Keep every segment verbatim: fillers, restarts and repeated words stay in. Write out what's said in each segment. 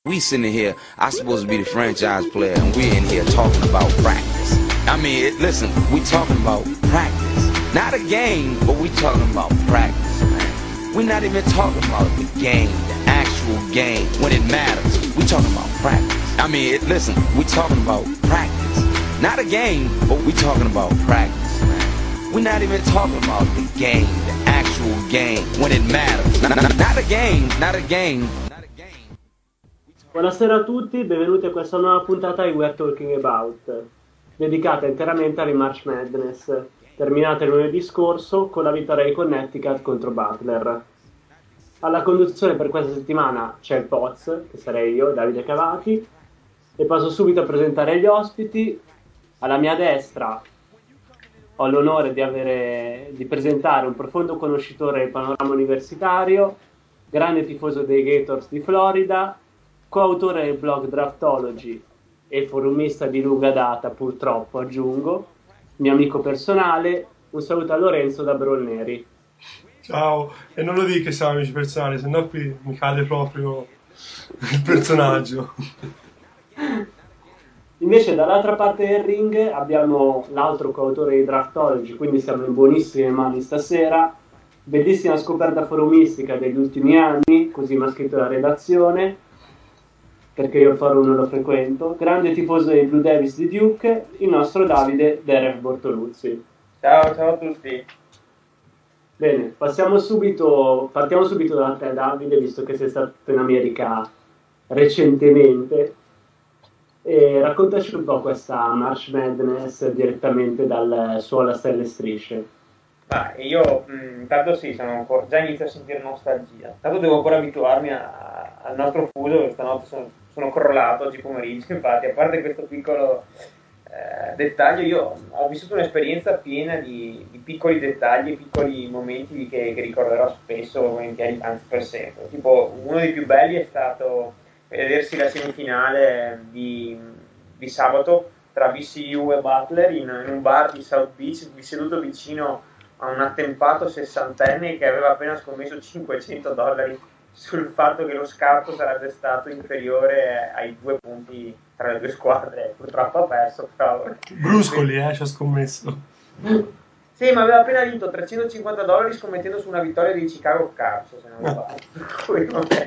We sitting here, I supposed to be the franchise player, and we're in here talking about practice. I mean, it, listen, we talking about practice. Not a game, but we talking about practice, man. We're not even talking about the game, the actual game, when it matters. We talking about practice. I mean, it, listen, we talking about practice. Not a game, but we talking about practice, man. We're not even talking about the game, the actual game, when it matters. Not, not, not a game, not a game. Buonasera a tutti, benvenuti a questa nuova puntata di We're Talking About, dedicata interamente alle March Madness, terminata il lunedì scorso con la vittoria di Connecticut contro Butler. Alla conduzione per questa settimana c'è il Poz, che sarei io, Davide Cavati, e passo subito a presentare gli ospiti. Alla mia destra ho l'onore di, avere, di presentare un profondo conoscitore del panorama universitario, grande tifoso dei Gators di Florida, coautore del blog Draftology e forumista di lunga data, purtroppo aggiungo, mio amico personale. Un saluto a Lorenzo da Brolneri. Ciao, e non lo dica che siamo amici personali, sennò qui mi cade proprio il personaggio. Invece dall'altra parte del ring abbiamo l'altro coautore di Draftology, quindi siamo in buonissime mani stasera. Bellissima scoperta forumistica degli ultimi anni, così mi ha scritto la redazione, perché io il forum non lo frequento. Grande tifoso dei Blue Devils di Duke, il nostro Davide Derek Bortoluzzi. Ciao, ciao a tutti. Bene, passiamo subito, partiamo subito da te, Davide, visto che sei stato in America recentemente. E raccontaci un po' questa March Madness direttamente dal suolo a stelle e strisce. Ma io mh, intanto sì, sono ancora, già inizio a sentire nostalgia. Intanto devo ancora abituarmi a, al nostro fuso, perché stanotte sono, sono crollato oggi pomeriggio. Infatti, a parte questo piccolo eh, dettaglio, io ho vissuto un'esperienza piena di, di piccoli dettagli, piccoli momenti che, che ricorderò spesso, volentieri, anzi per sempre. Tipo, uno dei più belli è stato vedersi la semifinale di, di sabato tra V C U e Butler in, in un bar di South Beach, seduto vicino a un attempato sessantenne che aveva appena scommesso cinquecento dollari sul fatto che lo scarto sarebbe stato inferiore ai due punti tra le due squadre. Purtroppo ha perso, però Bruscoli, eh, ci ha scommesso. sì, ma aveva appena vinto trecentocinquanta dollari scommettendo su una vittoria di Chicago Cubs, se non mi sbaglio.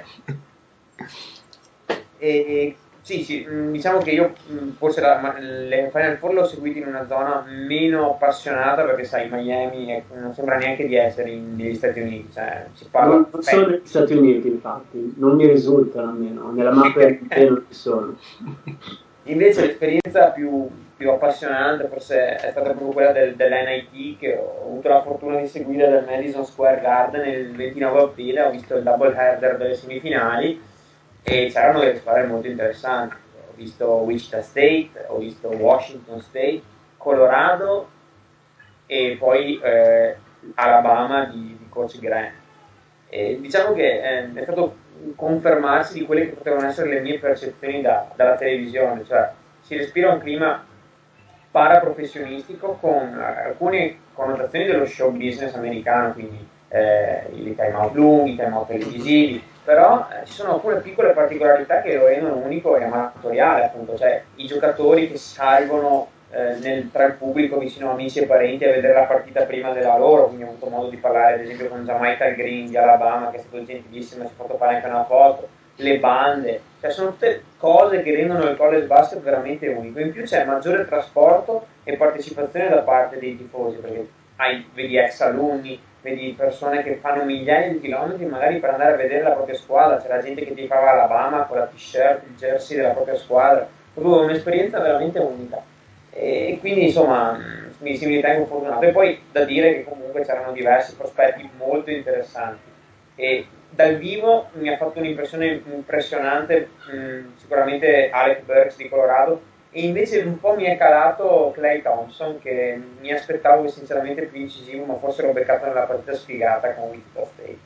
E sì, sì, diciamo che io forse la, le Final Four l'ho seguito in una zona meno appassionata, perché sai, Miami è, non sembra neanche di essere in, negli Stati Uniti, cioè si parla. Non, non sono negli Stati Uniti, infatti, non mi risultano almeno, nella mappa non ci sono. Invece l'esperienza più, più appassionante forse è stata proprio quella del, dell'N I T, che ho avuto la fortuna di seguire dal Madison Square Garden il ventinove aprile. Ho visto il double header delle semifinali e c'erano delle squadre molto interessanti. Ho visto Wichita State, ho visto Washington State, Colorado e poi eh, Alabama di, di Coach Grant. E diciamo che eh, è stato confermarsi di quelle che potevano essere le mie percezioni da, dalla televisione, cioè si respira un clima paraprofessionistico con alcune connotazioni dello show business americano, quindi eh, i time out lunghi, i time out televisivi, però eh, ci sono alcune piccole particolarità che lo rendono unico e amatoriale, appunto, cioè i giocatori che salgono eh, nel, tra il pubblico vicino a amici e parenti a vedere la partita prima della loro, quindi ho avuto modo di parlare ad esempio con Jamaica Green di Alabama, che è stato gentilissimo, ci ha fatto fare anche una foto, le bande, cioè sono tutte cose che rendono il college basket veramente unico. In più c'è maggiore trasporto e partecipazione da parte dei tifosi, perché hai, vedi ex alunni, vedi persone che fanno migliaia di chilometri magari per andare a vedere la propria squadra, c'è la gente che tifava Alabama con la t-shirt, il jersey della propria squadra, proprio un'esperienza veramente unica. E quindi insomma mi, mi ritengo fortunato. E poi da dire che comunque c'erano diversi prospetti molto interessanti e dal vivo mi ha fatto un'impressione impressionante mh, sicuramente Alec Burks di Colorado, e invece un po' mi è calato Klay Thompson, che mi aspettavo sinceramente più incisivo, ma forse l'ho beccato nella partita sfigata con Wichita State.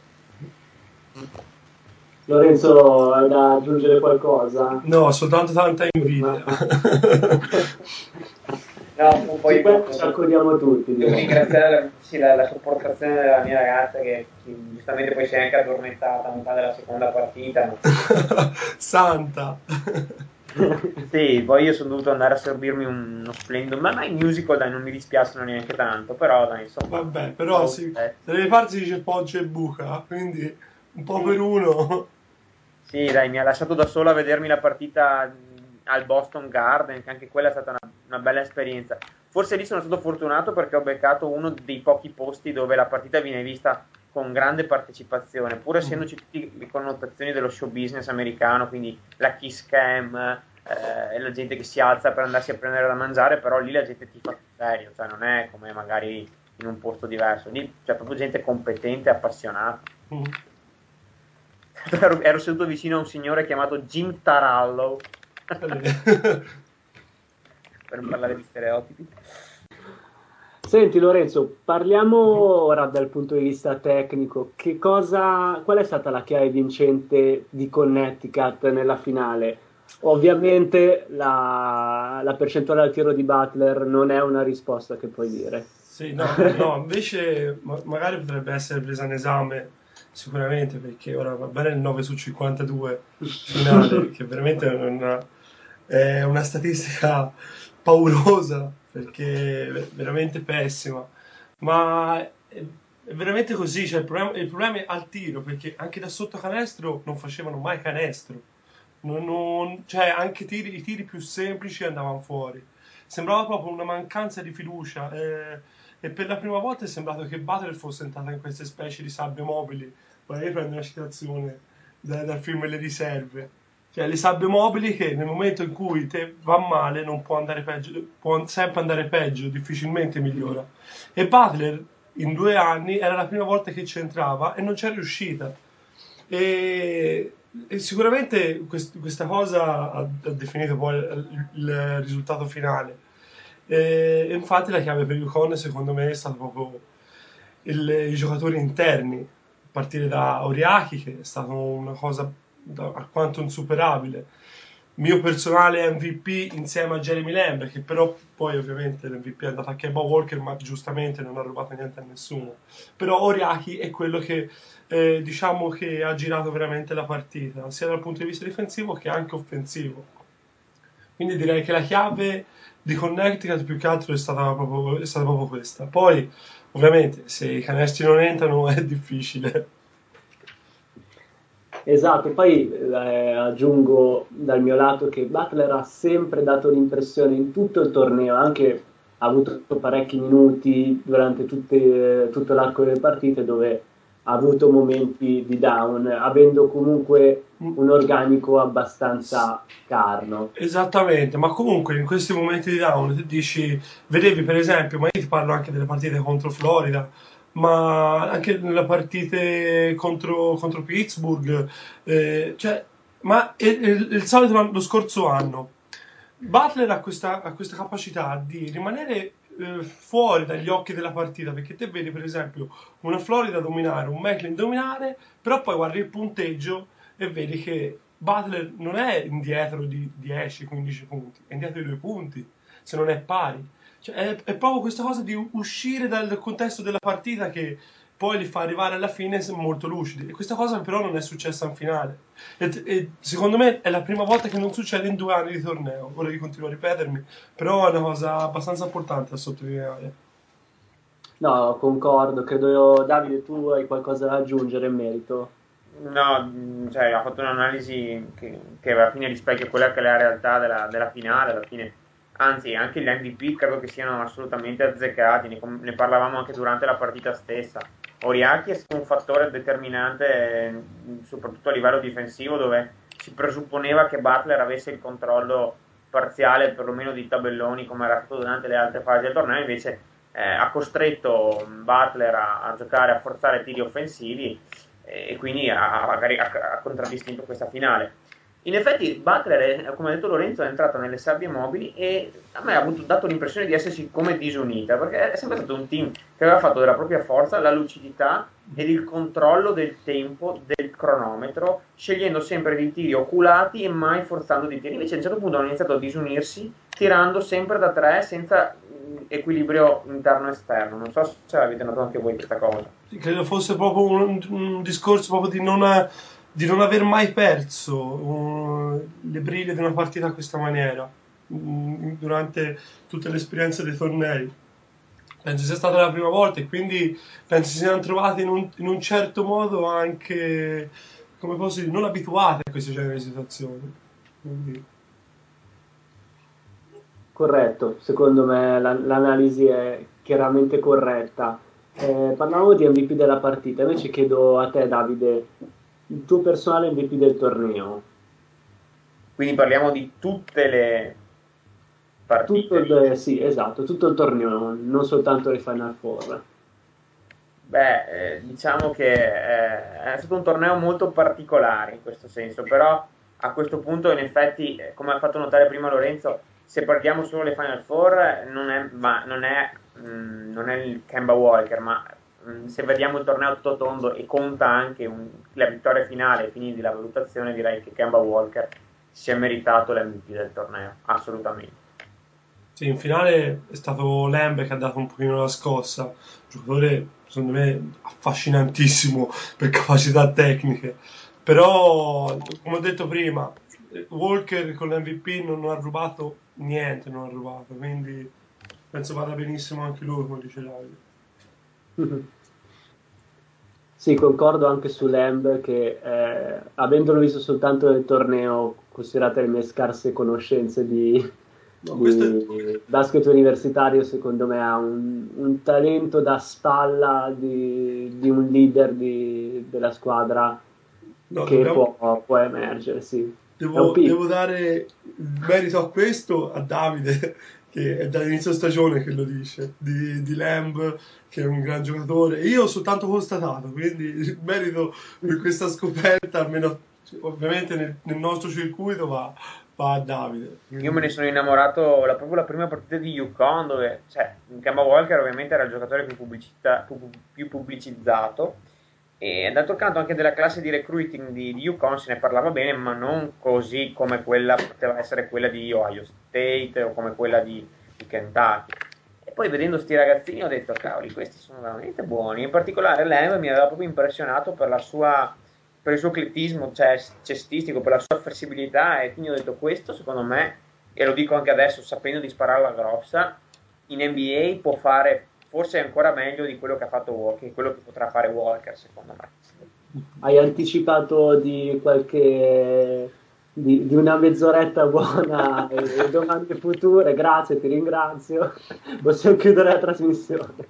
Lorenzo, hai da aggiungere qualcosa? No, soltanto tanta invidia. No, poi Su questo ci accordiamo tutti. Devo direi. ringraziare la, sì, la, la sopportazione della mia ragazza che, che giustamente poi si è anche addormentata a metà della seconda partita. ma- Santa. Sì, poi io sono dovuto andare a servirmi un- uno splendido, ma dai, musical, dai, non mi dispiacciono neanche tanto, però dai, insomma, Vabbè, però oh, si, eh, se deve farsi dice Poggio e Buca, quindi un po' sì, per uno. sì, dai, mi ha lasciato da solo a vedermi la partita mh, al Boston Garden, che anche quella è stata una, una bella esperienza. Forse lì sono stato fortunato perché ho beccato uno dei pochi posti dove la partita viene vista con grande partecipazione, pur Mm. essendoci tutte le connotazioni dello show business americano, quindi la kiss cam, eh, e la gente che si alza per andarsi a prendere da mangiare, però lì la gente tifa sul serio, cioè non è come magari in un posto diverso, lì c'è proprio gente competente, appassionata. Mm. Ero, ero seduto vicino a un signore chiamato Jim Tarallo, per non parlare di stereotipi. Senti Lorenzo, parliamo ora dal punto di vista tecnico. Che cosa, qual è stata la chiave vincente di Connecticut nella finale? Ovviamente la, la percentuale al tiro di Butler non è una risposta che puoi dire. Sì, no, ma- no, invece ma- magari potrebbe essere presa in esame sicuramente perché ora va bene il nove su cinquantadue finale, che veramente è una, è una statistica paurosa perché è veramente pessima, ma è, è veramente così, cioè il problema, il problema è al tiro perché anche da sotto canestro non facevano mai canestro. Non- non- cioè anche tiri- i tiri più semplici andavano fuori. Sembrava proprio una mancanza di fiducia. eh, e per la prima volta è sembrato che Butler fosse entrata in queste specie di sabbie mobili. Vorrei prendere una citazione da- dal film Le riserve. Cioè, le sabbie mobili che nel momento in cui te va male non può andare peggio, può sempre andare peggio, difficilmente migliora. E Butler in due anni era la prima volta che c'entrava e non c'è riuscita. E, e sicuramente quest- questa cosa ha, ha definito poi il, il risultato finale. E, e infatti la chiave per Yukon secondo me è stato proprio il- i giocatori interni, a partire da Oriaki che è stata una cosa da- alquanto insuperabile. Mio personale M V P insieme a Jeremy Lamb, che però poi ovviamente l'M V P è andato a Kemba Walker, ma giustamente non ha rubato niente a nessuno. Però Oriaki è quello che eh, diciamo che ha girato veramente la partita, sia dal punto di vista difensivo che anche offensivo. Quindi direi che la chiave di Connecticut più che altro è stata proprio, è stata proprio questa. Poi, ovviamente, se i canestri non entrano è difficile. Esatto, poi eh, aggiungo dal mio lato che Butler ha sempre dato l'impressione in tutto il torneo, anche ha avuto parecchi minuti durante tutte- tutto l'arco delle partite dove ha avuto momenti di down, avendo comunque un organico abbastanza carno. Esattamente, ma comunque in questi momenti di down ti dici, vedevi per esempio, ma io ti parlo anche delle partite contro Florida, ma anche nelle partite contro, contro Pittsburgh, eh, cioè, ma è, è il solito lo scorso anno. Butler ha questa, ha questa capacità di rimanere eh, fuori dagli occhi della partita, perché te vedi per esempio una Florida dominare, un Macklin dominare, però poi guardi il punteggio e vedi che Butler non è indietro di dieci quindici punti, è indietro di due punti, se non è pari. Cioè, è, è proprio questa cosa di uscire dal contesto della partita che poi li fa arrivare alla fine molto lucidi. E questa cosa però non è successa in finale. E, e secondo me è la prima volta che non succede in due anni di torneo. Ora continuo a ripetermi, però è una cosa abbastanza importante da sottolineare. No, concordo, credo Davide tu hai qualcosa da aggiungere in merito. No, mh, cioè, ha fatto un'analisi che, che alla fine rispecchia quella che è la realtà della, della finale, alla fine. Anzi, anche gli M V P credo che siano assolutamente azzeccati, ne, com- ne parlavamo anche durante la partita stessa. Oriaki è stato un fattore determinante, eh, soprattutto a livello difensivo, dove si presupponeva che Butler avesse il controllo parziale, perlomeno di tabelloni, come era stato durante le altre fasi del torneo, invece eh, ha costretto Butler a, a giocare, a forzare tiri offensivi e quindi ha, magari ha, ha contraddistinto questa finale. In effetti Butler, è, come ha detto Lorenzo, è entrata nelle sabbie mobili e a me ha avuto, dato l'impressione di essersi come disunita, perché è sempre stato un team che aveva fatto della propria forza la lucidità ed il controllo del tempo, del cronometro, scegliendo sempre dei tiri oculati e mai forzando dei tiri. Invece a un certo punto hanno iniziato a disunirsi, tirando sempre da tre senza equilibrio interno-esterno. Non so se l'avete notato anche voi questa cosa. Sì, credo fosse proprio un, un discorso proprio di non, di non aver mai perso uh, le briglie di una partita a questa maniera uh, durante tutte le esperienze dei tornei. Penso sia stata la prima volta e quindi penso si siano trovati in un, in un certo modo anche, come posso dire, non abituati a questo genere di situazioni. Quindi... Corretto, secondo me la- l'analisi è chiaramente corretta. Eh, parlavamo di M V P della partita, invece chiedo a te, Davide, il tuo personale M V P del torneo. Quindi parliamo di tutte le Tutto partite. il, sì, esatto, tutto il torneo, non soltanto le Final Four. Beh, eh, diciamo che eh, è stato un torneo molto particolare in questo senso, però a questo punto in effetti, eh, come ha fatto notare prima Lorenzo, se guardiamo solo le Final Four non è, ma non è, mh, non è il Kemba Walker, ma mh, se vediamo il torneo tutto tondo e conta anche un- la vittoria finale e finiti la valutazione, direi che Kemba Walker si è meritato l'M V P del torneo, assolutamente. Sì, in finale è stato Lamb che ha dato un pochino la scossa, un giocatore secondo me affascinantissimo per capacità tecniche, però come ho detto prima, Walker con l'M V P non ha rubato niente, non ha rubato, quindi penso vada benissimo anche lui, come dice Davide. Sì, concordo anche su Lamb che eh, avendolo visto soltanto nel torneo, considerate le mie scarse conoscenze di, No, questo è... di basket universitario, secondo me ha un, un talento da spalla di, di un leader di- della squadra No, che dobbiamo... può, può emergere, sì. È un Devo, pick. devo dare il merito a questo a Davide, che è dall'inizio stagione che lo dice, di, di Lamb, che è un gran giocatore. Io ho soltanto constatato, quindi il merito per questa scoperta, almeno ovviamente nel, nel nostro circuito, va, va a Davide. Io me ne Quindi, sono innamorato la, proprio la prima partita di UConn dove, cioè, Kemba Walker ovviamente era il giocatore più, pubblicità- pu- più pubblicizzato e d'altro canto anche della classe di recruiting di, di UConn se ne parlava bene, ma non così come quella poteva essere quella di Ohio State o come quella di, di Kentucky. E poi vedendo sti ragazzini ho detto, cavoli, questi sono veramente buoni. In particolare Lamb mi aveva proprio impressionato per la sua per il suo atletismo cioè, cestistico, per la sua flessibilità e quindi ho detto questo secondo me e lo dico anche adesso sapendo di spararla grossa, in N B A può fare forse ancora meglio di quello che ha fatto Walker, quello che potrà fare Walker secondo me. Hai anticipato di qualche di, di una mezz'oretta buona e, e domande future, grazie, ti ringrazio. Possiamo chiudere la trasmissione.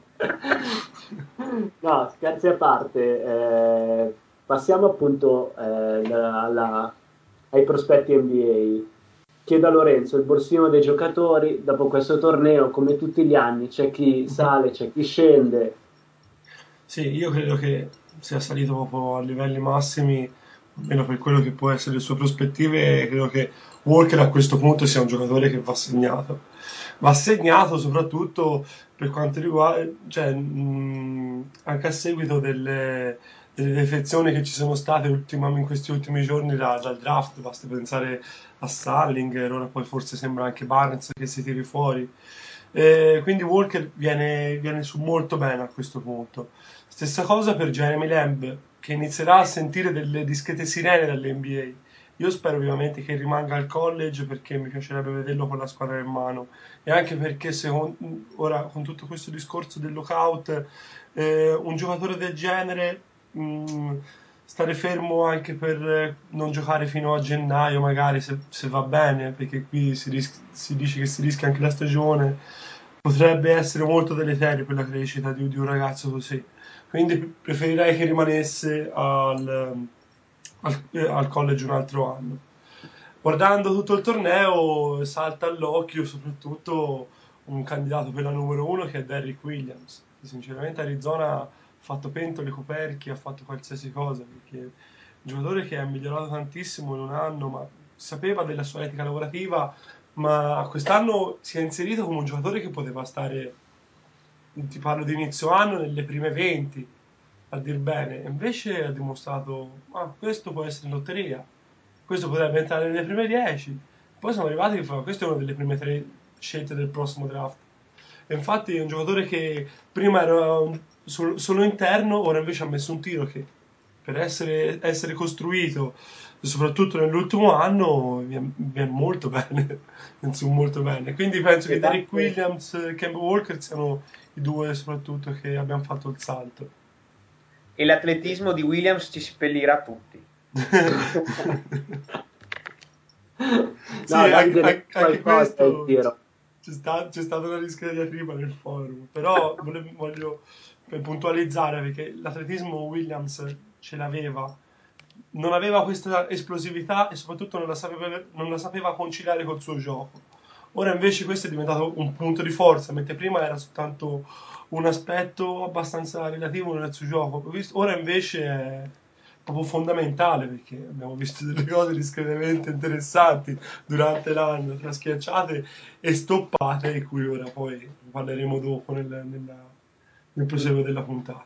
No, scherzi a parte, eh, passiamo appunto eh, da- alla- ai prospetti N B A. Chiedo a Lorenzo, il borsino dei giocatori, dopo questo torneo, come tutti gli anni, c'è chi sale, c'è chi scende. sì, io credo che sia salito proprio a livelli massimi, almeno per quello che può essere le sue prospettive, credo che Walker a questo punto sia un giocatore che va segnato. Va segnato soprattutto per quanto riguarda, cioè, mh, anche a seguito delle, delle defezioni che ci sono state ultima- in questi ultimi giorni da- dal draft, basti pensare a Salling, ora poi forse sembra anche Barnes che si tiri fuori. Eh, quindi Walker viene, viene su molto bene a questo punto. Stessa cosa per Jeremy Lamb, che inizierà a sentire delle discrete sirene dall'N B A. Io spero ovviamente che rimanga al college perché mi piacerebbe vederlo con la squadra in mano e anche perché secondo, ora con tutto questo discorso del lockout, eh, un giocatore del genere mh, stare fermo anche per eh, non giocare fino a gennaio magari se, se va bene, perché qui si, ris- si dice che si rischia anche la stagione, potrebbe essere molto deleterio per la crescita di, di un ragazzo così. Quindi preferirei che rimanesse al, al, eh, al college un altro anno. Guardando tutto il torneo salta all'occhio soprattutto un candidato per la numero uno che è Derrick Williams, che sinceramente Arizona ha fatto pentole, coperchi, ha fatto qualsiasi cosa, perché è un giocatore che è migliorato tantissimo in un anno, ma sapeva della sua etica lavorativa, ma quest'anno si è inserito come un giocatore che poteva stare, ti parlo di inizio anno, nelle prime venti, a dir bene, e invece ha dimostrato, ah, questo può essere in lotteria, questo potrebbe entrare nelle prime dieci, poi siamo arrivati che fa, questa è una delle prime tre scelte del prossimo draft, E infatti è un giocatore che prima era un- sol- solo interno, ora invece ha messo un tiro che per essere, essere costruito, soprattutto nell'ultimo anno, mi è, mi è molto bene, penso molto bene. Quindi penso che Esatto. Derrick Williams e Kemba Walker siano i due soprattutto che abbiamo fatto il salto. E l'atletismo di Williams ci seppellirà tutti. Sì, No, anche, Davide, ne anche- sa anche qualcosa del questo tiro. c'è, sta- c'è stata una discrepa prima nel forum, però volevo, voglio per puntualizzare perché l'atletismo Williams ce l'aveva, non aveva questa esplosività e soprattutto non la sapeva, non la sapeva conciliare col suo gioco. Ora invece questo è diventato un punto di forza, mentre prima era soltanto un aspetto abbastanza relativo nel suo gioco. Questo- Ora invece è proprio fondamentale perché abbiamo visto delle cose discretamente interessanti durante l'anno, tra schiacciate e stoppate, di cui ora poi parleremo dopo nel, nella- nel proseguo della puntata.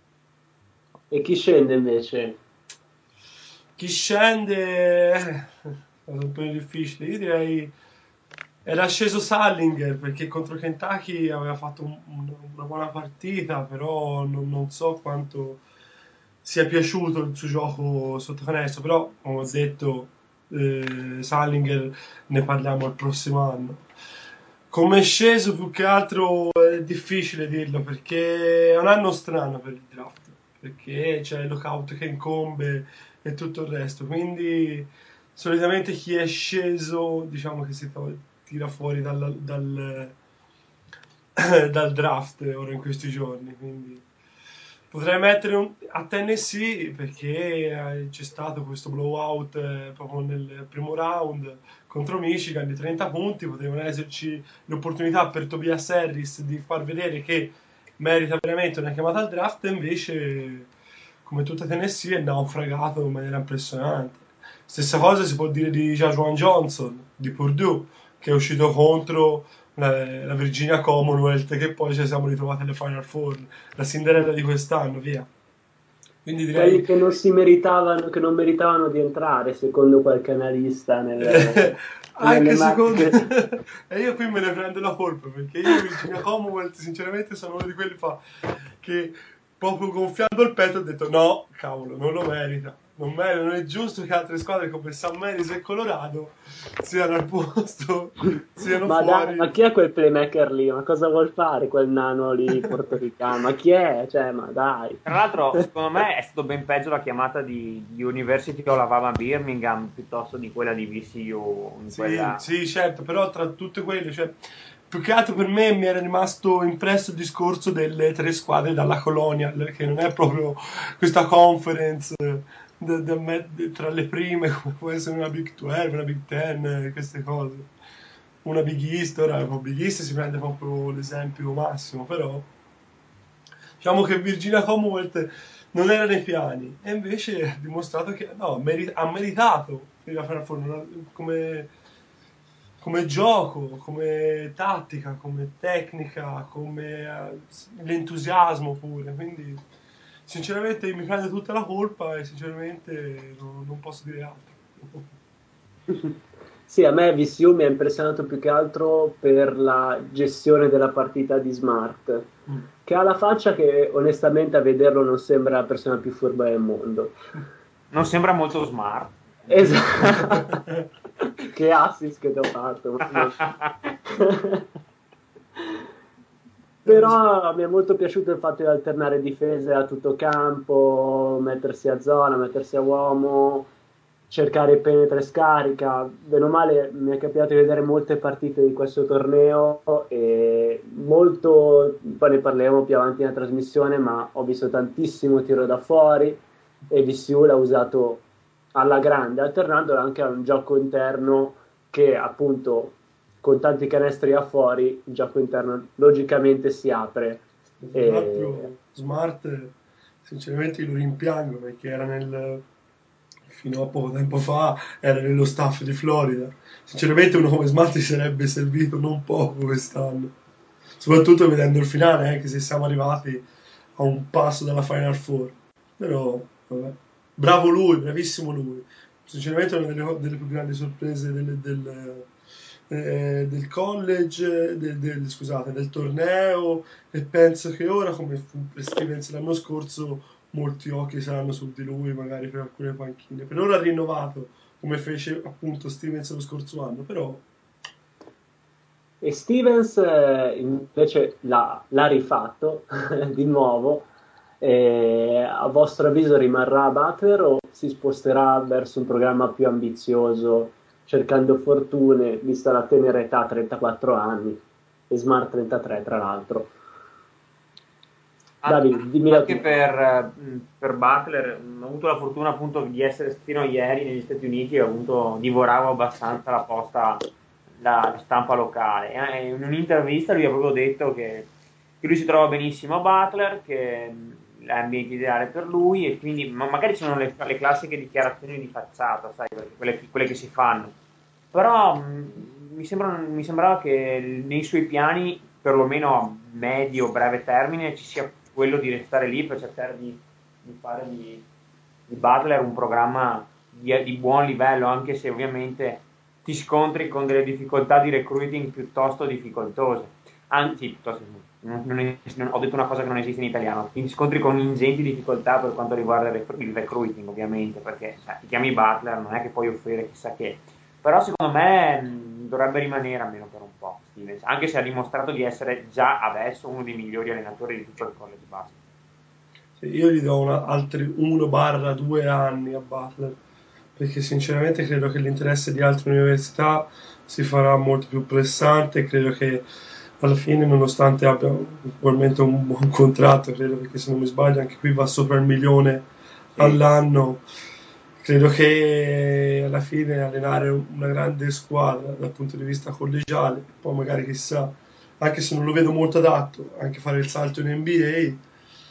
E chi scende invece? Chi scende eh, è un po' difficile, io direi era sceso Sallinger perché contro Kentucky aveva fatto un- un- una buona partita, però non, non so quanto sia piaciuto il suo gioco sotto canestro, però come ho detto eh, Sallinger ne parliamo il prossimo anno. Come è sceso più che altro è difficile dirlo perché è un anno strano per il draft, perché c'è il lockout che incombe e tutto il resto, quindi solitamente chi è sceso diciamo che si to- tira fuori dal, dal, dal draft ora in questi giorni, quindi potrei mettere un, a Tennessee perché eh, c'è stato questo blowout eh, proprio nel primo round contro Michigan di trenta punti, potevano esserci l'opportunità per Tobias Harris di far vedere che merita veramente una chiamata al draft e invece come tutta Tennessee è naufragato in maniera impressionante. Stessa cosa si può dire di Jajuan Johnson di Purdue che è uscito contro la, la Virginia Commonwealth che poi ci siamo ritrovati alle Final Four, la Cinderella di quest'anno, via. Quindi Quelli direi che non si meritavano, che non meritavano di entrare, secondo qualche analista eh, nelle, nelle anche secondo maggiori. e io qui me ne prendo la colpa perché io Virginia Commonwealth sinceramente sono uno di quelli fa che proprio gonfiando il petto ho detto no, cavolo, non lo merita, non, merita, non è giusto che altre squadre come San Mary's e Colorado siano al posto, siano Ma dai, ma fuori. chi è quel playmaker lì? Ma cosa vuol fare quel nano lì portoricano? Ma chi è? Cioè, ma dai. Tra l'altro, secondo me è stato ben peggio la chiamata di, di University of Alabama Birmingham piuttosto di quella di V C U in Sì, quella. sì, certo, però tra tutte quelle, cioè, più che altro per me mi era rimasto impresso il discorso delle tre squadre dalla Colonial, che non è proprio questa conference eh, de- de- me- de- tra le prime, come può essere una Big dodici, una Big dieci, eh, queste cose. Una Big East, ora con Big East si prende proprio l'esempio massimo, però diciamo che Virginia Commonwealth non era nei piani e invece ha dimostrato che no, meri- ha meritato la Final Four, non ha- come, come gioco, come tattica, come tecnica, come eh, l'entusiasmo pure. Quindi sinceramente mi prende tutta la colpa e sinceramente non, non posso dire altro. Sì, a me V C U mi ha impressionato più che altro per la gestione della partita di Smart, Mm. che ha la faccia che onestamente a vederlo non sembra la persona più furba del mondo. Non sembra molto smart. Esatto. Che assist che ti ho fatto, mamma mia. Eh, Però mi è molto piaciuto il fatto di alternare difese a tutto campo, mettersi a zona, mettersi a uomo, cercare penetra e scarica. Bene o male mi è capitato di vedere molte partite di questo torneo e molto, poi ne parleremo più avanti nella trasmissione, ma ho visto tantissimo tiro da fuori e V C U l'ha usato alla grande, alternandolo anche a un gioco interno che appunto con tanti canestri a fuori il gioco interno logicamente si apre. Tra E... l'altro Smart sinceramente lo rimpiango perché era nel fino a poco tempo fa era nello staff di Florida. Sinceramente uno come Smart si sarebbe servito non poco quest'anno, soprattutto vedendo il finale, anche se siamo arrivati a un passo dalla Final Four. Però, vabbè. Bravo lui, bravissimo lui. Sinceramente è una delle, delle più grandi sorprese del, del, eh, del college, del, del- scusate, del torneo, e penso che ora, come fu per Stevens l'anno scorso, molti occhi saranno su di lui, magari per alcune panchine. Per ora ha rinnovato, come fece appunto Stevens lo scorso anno, però E Stevens eh, invece l'ha, l'ha rifatto di nuovo. E a vostro avviso rimarrà Butler o si sposterà verso un programma più ambizioso, cercando fortune, vista la tenera età, trentaquattro anni, e Smart trentatré tra l'altro. Davide, dimmi la Anche tua. per, per Butler, ho avuto la fortuna appunto di essere fino a ieri negli Stati Uniti e ho avuto, divoravo abbastanza la posta, la stampa locale. Eh, in un'intervista lui ha proprio detto che, che lui si trova benissimo a Butler, che mh, l'ambiente ideale per lui, e quindi ma magari sono le, le classiche dichiarazioni di facciata, sai, quelle, quelle che si fanno. Però mh, mi, sembra, mi sembrava che nei suoi piani, perlomeno a medio breve termine, ci sia quello di restare lì per cercare di, di fare di, di Butler un programma di, di buon livello, anche se ovviamente ti scontri con delle difficoltà di recruiting piuttosto difficoltose. Anzi, piuttosto, non, non es- non- ho detto una cosa che non esiste in italiano, ti scontri con ingenti difficoltà per quanto riguarda il, recru- il recruiting, ovviamente, perché cioè, ti chiami Butler, non è che puoi offrire chissà che. Però secondo me mh, dovrebbe rimanere almeno per un po' Stevens, anche se ha dimostrato di essere già adesso uno dei migliori allenatori di tutto il college basket. sì, io gli do una- altri uno due anni a Butler, perché sinceramente credo che l'interesse di altre università si farà molto più pressante. Credo che alla fine, nonostante abbia ugualmente un buon contratto, credo, perché se non mi sbaglio anche qui va sopra il milione Sì. all'anno, credo che alla fine allenare una grande squadra dal punto di vista collegiale, poi magari chissà, anche se non lo vedo molto adatto, anche fare il salto in N B A,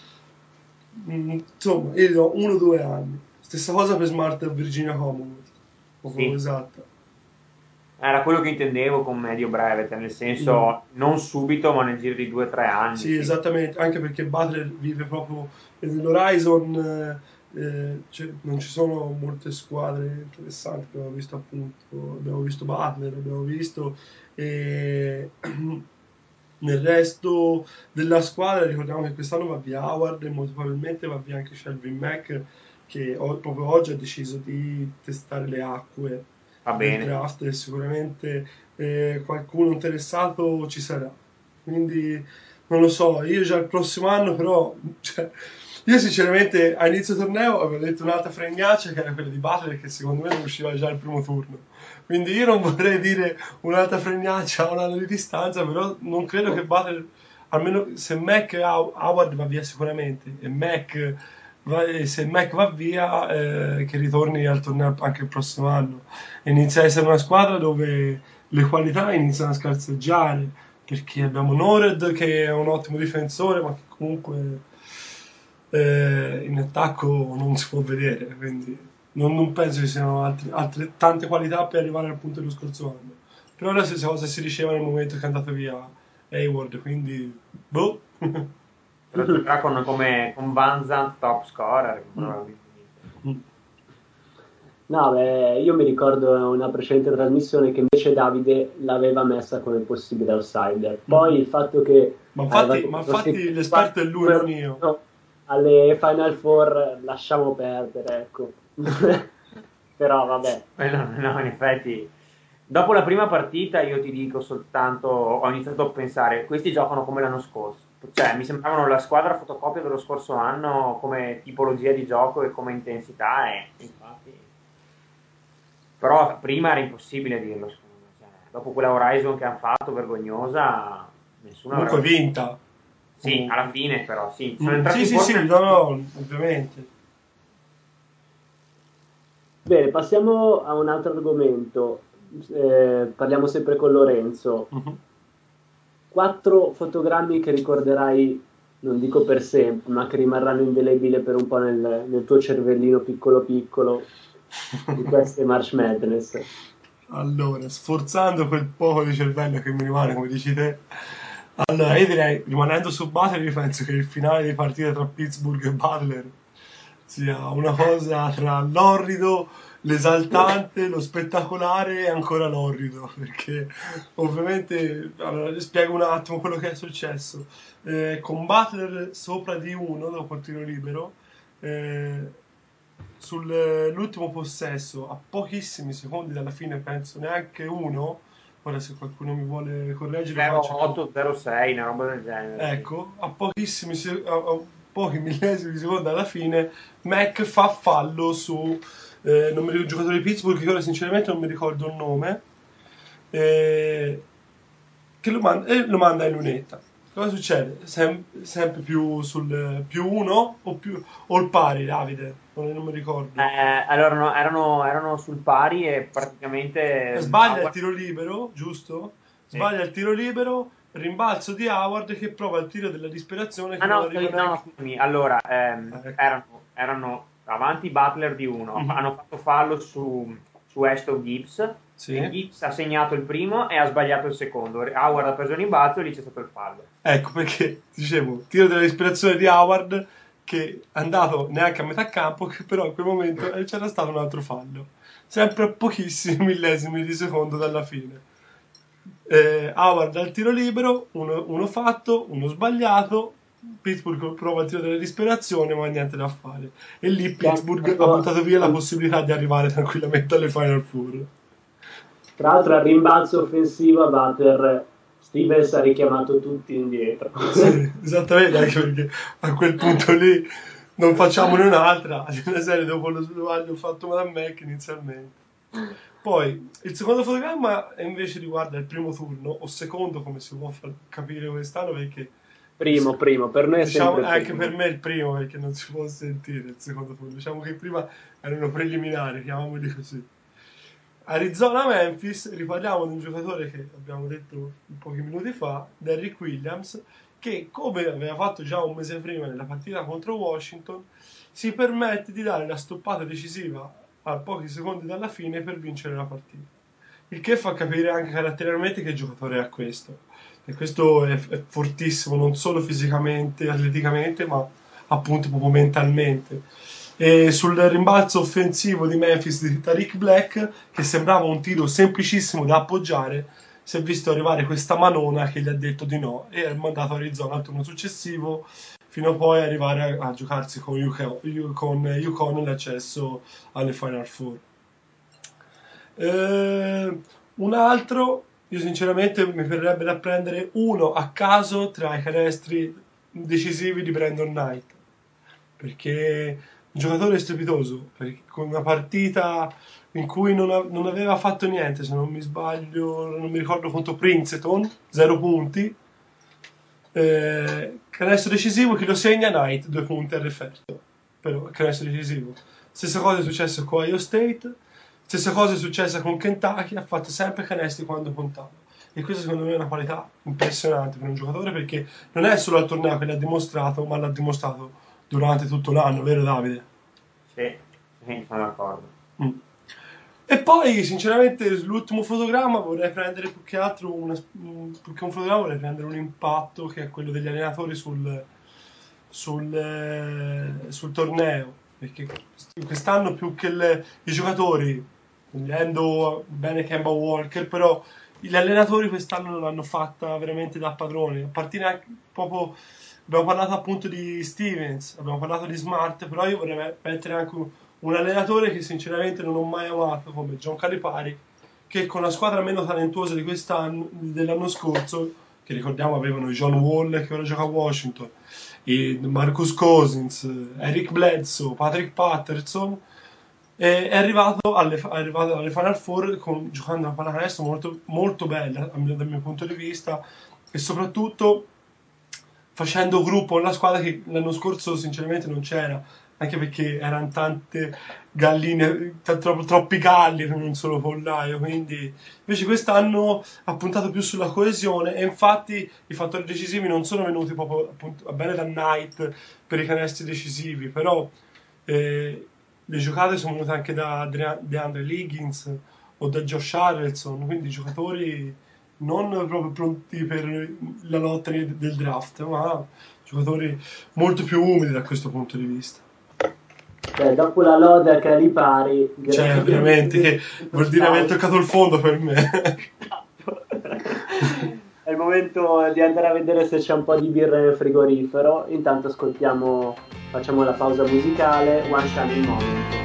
mm, insomma, io gli do uno o due anni. Stessa cosa per Smart e Virginia Commonwealth, proprio Sì, esatta. era quello che intendevo con medio breve, cioè nel Mm. senso non subito, ma nel giro di due o tre anni. Sì, Sì. esattamente, anche perché Butler vive proprio nell'Horizon, eh, eh, cioè, non ci sono molte squadre interessanti. Abbiamo visto appunto, abbiamo visto Butler, abbiamo visto, e nel resto della squadra ricordiamo che quest'anno va via Howard e molto probabilmente va via anche Shelvin Mack, che o- proprio oggi ha deciso di testare le acque Va del bene. draft, e sicuramente eh, qualcuno interessato ci sarà. Quindi non lo so, io già il prossimo anno però, cioè, io sinceramente a inizio torneo avevo detto un'altra fregnaccia che era quella di Butler, che secondo me non usciva già il primo turno. Quindi io non vorrei dire un'altra fregnaccia a un anno di distanza, però non credo che Butler, almeno se Mac e How- Howard va via sicuramente, e Mac va- e se Mac va via, eh, che ritorni al torneo anche il prossimo anno. E inizia a essere una squadra dove le qualità iniziano a scarseggiare, perché abbiamo Nored che è un ottimo difensore, ma che comunque eh, in attacco non si può vedere, quindi non, non penso ci siano altri- altre tante qualità per arrivare al punto dello scorso anno. Però la stessa cosa si diceva nel momento che è andato via Hayward, quindi boh. Però giocherà con, come, con Van Zandt top scorer, probabilmente. No, beh, io mi ricordo una precedente trasmissione che invece Davide l'aveva messa come possibile outsider. Poi il fatto che Ma aveva infatti, ma detto sì, infatti l'esperto è lui, non io. no, alle Final Four lasciamo perdere, ecco. Però vabbè. Eh, no, no, in effetti, dopo la prima partita io ti dico soltanto, ho iniziato a pensare, questi giocano come l'anno scorso, cioè mi sembravano la squadra fotocopia dello scorso anno come tipologia di gioco e come intensità, e infatti, però prima era impossibile dirlo, secondo me, cioè, dopo quella Horizon che hanno fatto, vergognosa, nessuno Comunque avrebbe... vinta. Sì, alla Comunque. fine però, sì, sono Mm, entrati sì, in sì, forma sì, no, no, ovviamente. Bene, passiamo a un altro argomento. Eh, parliamo sempre con Lorenzo. Mhm. Quattro fotogrammi che ricorderai, non dico per sempre, ma che rimarranno indelebili per un po' nel, nel tuo cervellino piccolo piccolo di queste March Madness. Allora, sforzando quel poco di cervello che mi rimane, come dici te, allora io direi, rimanendo su Butler, io penso che il finale di partita tra Pittsburgh e Butler sia una cosa tra l'orrido l'esaltante, lo spettacolare e ancora l'orrido, perché ovviamente, allora, spiego un attimo quello che è successo. Eh, con Butler sopra di uno dopo il tiro libero, eh, sull'ultimo possesso, a pochissimi secondi dalla fine, penso neanche uno, ora se qualcuno mi vuole correggere lo faccio. zero otto zero sei, una roba del genere. Ecco, a pochissimi se- a, a pochi millesimi di secondo alla fine, Mac fa fallo su eh, non mi ricordo, il giocatore di Pittsburgh, che ora sinceramente non mi ricordo il nome, eh, che lo manda, e lo manda in lunetta. Cosa succede? Sem- sempre più sul più uno o, più, o il pari, Davide? Non, non mi ricordo. Eh, allora no, erano, erano sul pari e praticamente Sbaglia il Howard- tiro libero, giusto? sì. Sbaglia il tiro libero, rimbalzo di Howard che prova il tiro della disperazione che Ah non no, arriva stavi- no, no, neanche. scusami. Allora, ehm, Ah, ecco. erano, erano avanti Butler di uno, Mhm. hanno fatto fallo su, su Ashton Gibbs e Sì. Gibbs ha segnato il primo e ha sbagliato il secondo. Howard ha preso il rimbalzo e lì c'è stato il fallo. Ecco perché, dicevo, tiro dell'ispirazione di Howard che è andato neanche a metà campo, che però in quel momento eh, c'era stato un altro fallo. Sempre a pochissimi millesimi di secondo dalla fine. Eh, Howard al tiro libero, uno, uno fatto, uno sbagliato. Pittsburgh prova il tiro della disperazione, ma niente da fare. E lì Che è Pittsburgh ha stato- buttato via la possibilità di arrivare tranquillamente alle Final Four. Tra l'altro al rimbalzo offensivo a Butler Stevens ha richiamato tutti indietro. Sì, esattamente, anche perché a quel punto lì non facciamone un'altra, una serie dopo lo sbaglio fatto da Mac inizialmente. Poi il secondo fotogramma invece riguarda il primo turno, o secondo come si può far capire quest'anno, perché Primo, primo, per noi è diciamo sempre anche primo. per me è il primo perché non si può sentire il secondo turno. Diciamo che prima erano preliminari, chiamiamoli così. Arizona-Memphis, riparliamo di un giocatore che abbiamo detto pochi minuti fa, Derrick Williams, che come aveva fatto già un mese prima nella partita contro Washington, si permette di dare la stoppata decisiva a pochi secondi dalla fine per vincere la partita. Il che fa capire anche caratterialmente che giocatore è questo. E questo è, è fortissimo, non solo fisicamente, atleticamente, ma appunto proprio mentalmente. E sul rimbalzo offensivo di Memphis di Tariq Black, che sembrava un tiro semplicissimo da appoggiare, si è visto arrivare questa manona che gli ha detto di no e ha mandato Arizona al turno successivo fino a poi arrivare a, a giocarsi con UConn, con UConn l'accesso alle Final Four. Eh, un altro, io sinceramente mi verrebbe da prendere uno a caso tra i canestri decisivi di Brandon Knight, perché un giocatore strepitoso, perché con una partita in cui non, a- non aveva fatto niente, se non mi sbaglio, non mi ricordo contro Princeton, zero punti, eh, canestro decisivo, chi lo segna? Knight, due punti al referto, però canestro decisivo. Stessa cosa è successa con Ohio State, stessa cosa è successa con Kentucky, ha fatto sempre canestri quando contava. E questo secondo me è una qualità impressionante per un giocatore, perché non è solo al torneo che l'ha dimostrato, ma l'ha dimostrato durante tutto l'anno, vero Davide? Sì, sì, sono d'accordo. Mm. E poi, sinceramente, l'ultimo fotogramma vorrei prendere più che altro una, mm, più che un fotogramma, vorrei prendere un impatto che è quello degli allenatori sul, sul, eh, sul torneo. Perché quest'anno più che le- i giocatori, togliendo bene Kemba Walker, però gli allenatori quest'anno non l'hanno fatta veramente da padroni. A partire anche proprio. Abbiamo parlato appunto di Stevens, abbiamo parlato di Smart, però io vorrei mettere anche un, un allenatore che sinceramente non ho mai amato come John Calipari, che con la squadra meno talentuosa di quest'anno, dell'anno scorso, che ricordiamo avevano John Wall che ora gioca a Washington, e Marcus Cousins, Eric Bledsoe, Patrick Patterson, e è arrivato alle, è arrivato alle Final Four con, giocando una pallacanestro molto, molto bella dal mio punto di vista, e soprattutto facendo gruppo nella squadra che l'anno scorso sinceramente non c'era, anche perché erano tante galline, t- tro- troppi galli per un solo pollaio, quindi invece quest'anno ha puntato più sulla coesione, e infatti i fattori decisivi non sono venuti proprio appunto, va bene da Knight per i canestri decisivi, però eh, le giocate sono venute anche da Adria- DeAndre Liggins o da Josh Harrelson, quindi giocatori non proprio pronti per la lotta del draft, ma giocatori molto più umili da questo punto di vista. Beh, dopo la loda che li pari, cioè veramente che vuol dire aver toccato il fondo per me. È il momento di andare a vedere se c'è un po' di birra nel frigorifero. Intanto ascoltiamo, facciamo la pausa musicale, One Shining Moment.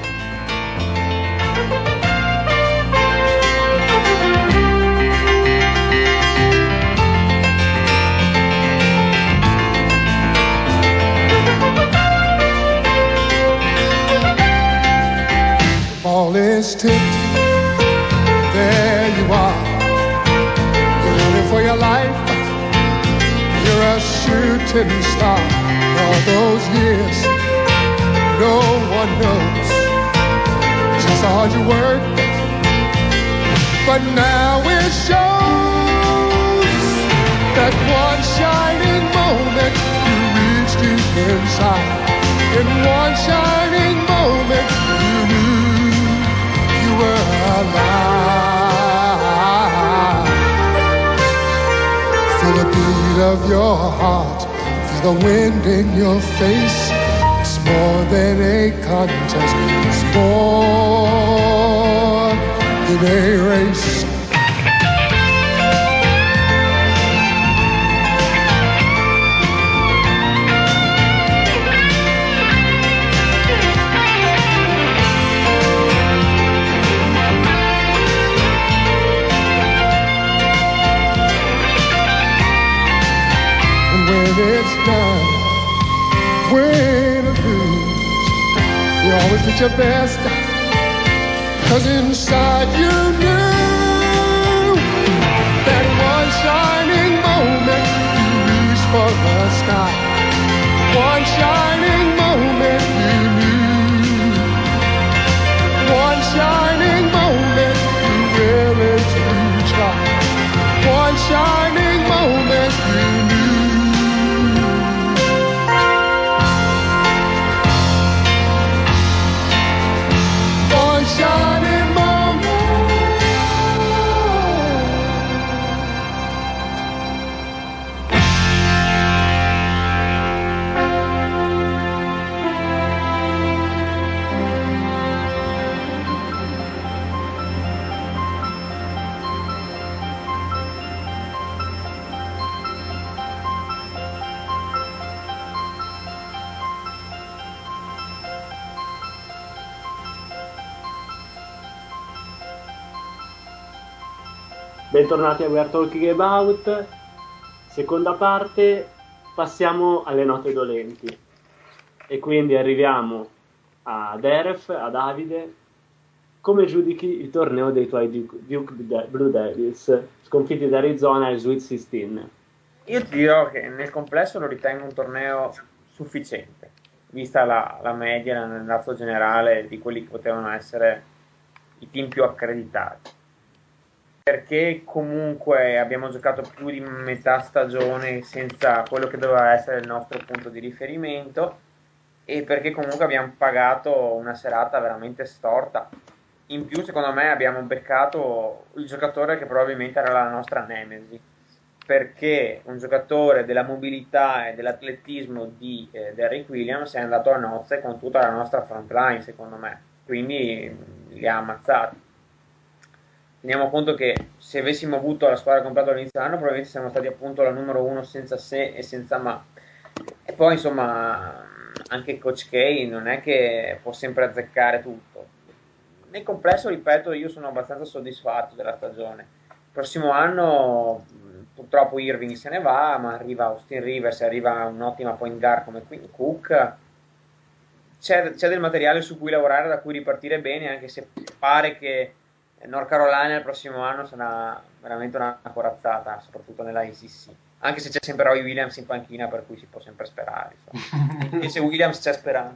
All is tipped, there you are. You're running for your life, you're a shooting star. All those years, no one knows just how hard you work, but now it shows. That one shining moment you reached deep inside. In one shining moment you knew you were alive. Feel the beat of your heart, feel the wind in your face. It's more than a contest, it's more than a race. When it's done, win or lose, you always did your best, cause inside you knew that one shining moment you reached for the sky. One shining moment you knew. One shining moment you're willing to try. One shining moment you knew. One shining moment. Bentornati a We Are Talking About, seconda parte, passiamo alle note dolenti e quindi arriviamo a Deref, a Davide. Come giudichi il torneo dei tuoi Duke, Duke Blue Devils, sconfitti da Arizona e Sweet sedici? Io ti dirò che nel complesso lo ritengo un torneo sufficiente, vista la, la media nel dato generale di quelli che potevano essere i team più accreditati. Perché comunque abbiamo giocato più di metà stagione senza quello che doveva essere il nostro punto di riferimento e perché comunque abbiamo pagato una serata veramente storta. In più, secondo me, abbiamo beccato il giocatore che probabilmente era la nostra nemesi, perché un giocatore della mobilità e dell'atletismo di eh, Derrick Williams è andato a nozze con tutta la nostra front line, secondo me, quindi li ha ammazzati. Teniamo conto che se avessimo avuto la squadra completa all'inizio dell'anno probabilmente siamo stati appunto la numero uno senza se e senza ma. E poi insomma anche Coach K non è che può sempre azzeccare tutto. Nel complesso, ripeto, io sono abbastanza soddisfatto della stagione. Il prossimo anno purtroppo Irving se ne va, ma arriva Austin Rivers, arriva un'ottima point guard come Quinn Cook. C'è, c'è del materiale su cui lavorare, da cui ripartire bene, anche se pare che North Carolina il prossimo anno sarà veramente una corazzata, soprattutto nella A C C, anche se c'è sempre Roy Williams in panchina, per cui si può sempre sperare. Invece Williams c'è speranza.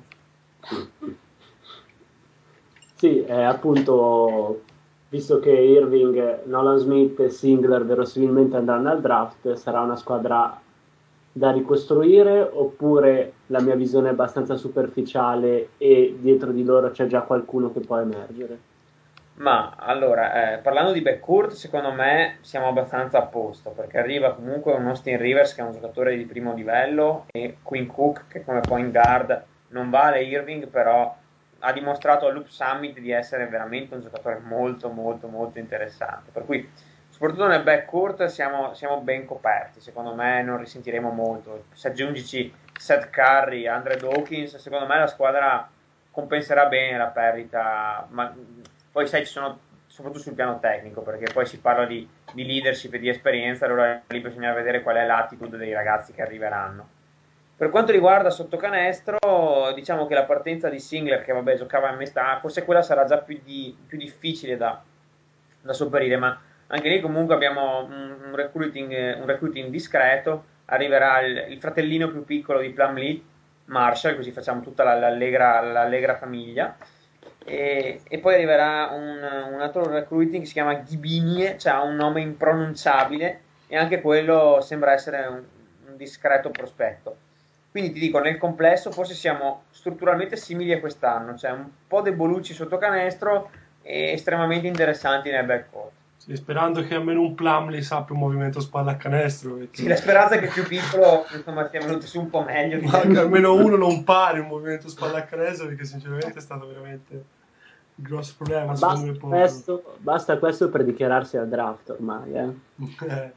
Sì, eh, appunto, visto che Irving, Nolan Smith e Singler verosimilmente andranno al draft, sarà una squadra da ricostruire oppure la mia visione è abbastanza superficiale e dietro di loro c'è già qualcuno che può emergere? Ma allora, eh, parlando di backcourt, secondo me siamo abbastanza a posto, perché arriva comunque un Austin Rivers che è un giocatore di primo livello e Quinn Cook che come point guard non vale Irving, però ha dimostrato all'Hoop Summit di essere veramente un giocatore molto molto molto interessante, per cui soprattutto nel backcourt siamo, siamo ben coperti, secondo me non risentiremo molto. Se aggiungici Seth Curry, Andre Dawkins, secondo me la squadra compenserà bene la perdita, ma poi sai ci sono soprattutto sul piano tecnico, perché poi si parla di, di leadership e di esperienza, allora lì bisogna vedere qual è l'attitude dei ragazzi che arriveranno. Per quanto riguarda sotto canestro, diciamo che la partenza di Singler, che vabbè giocava in metà, forse quella sarà già più, di, più difficile da, da sopperire, ma anche lì comunque abbiamo un, un, recruiting, un recruiting discreto, arriverà il, il fratellino più piccolo di Plumlee, Marshall, così facciamo tutta la, l'allegra, l'allegra famiglia, e, e poi arriverà un, un altro recruiting che si chiama Ghibinie, cioè ha un nome impronunciabile, e anche quello sembra essere un, un discreto prospetto. Quindi ti dico, nel complesso forse siamo strutturalmente simili a quest'anno, cioè un po' debolucci sotto canestro e estremamente interessanti nel backcourt. Sì, sperando che almeno un Plumlee sappia un movimento spalla a canestro. Perché... Sì, la speranza è che il più piccolo insomma sia venuto su un po' meglio. Ma che almeno uno non pari un movimento spalla a canestro, perché sinceramente è stato veramente un grosso problema. Basta questo, basta questo per dichiararsi al draft ormai, eh. eh.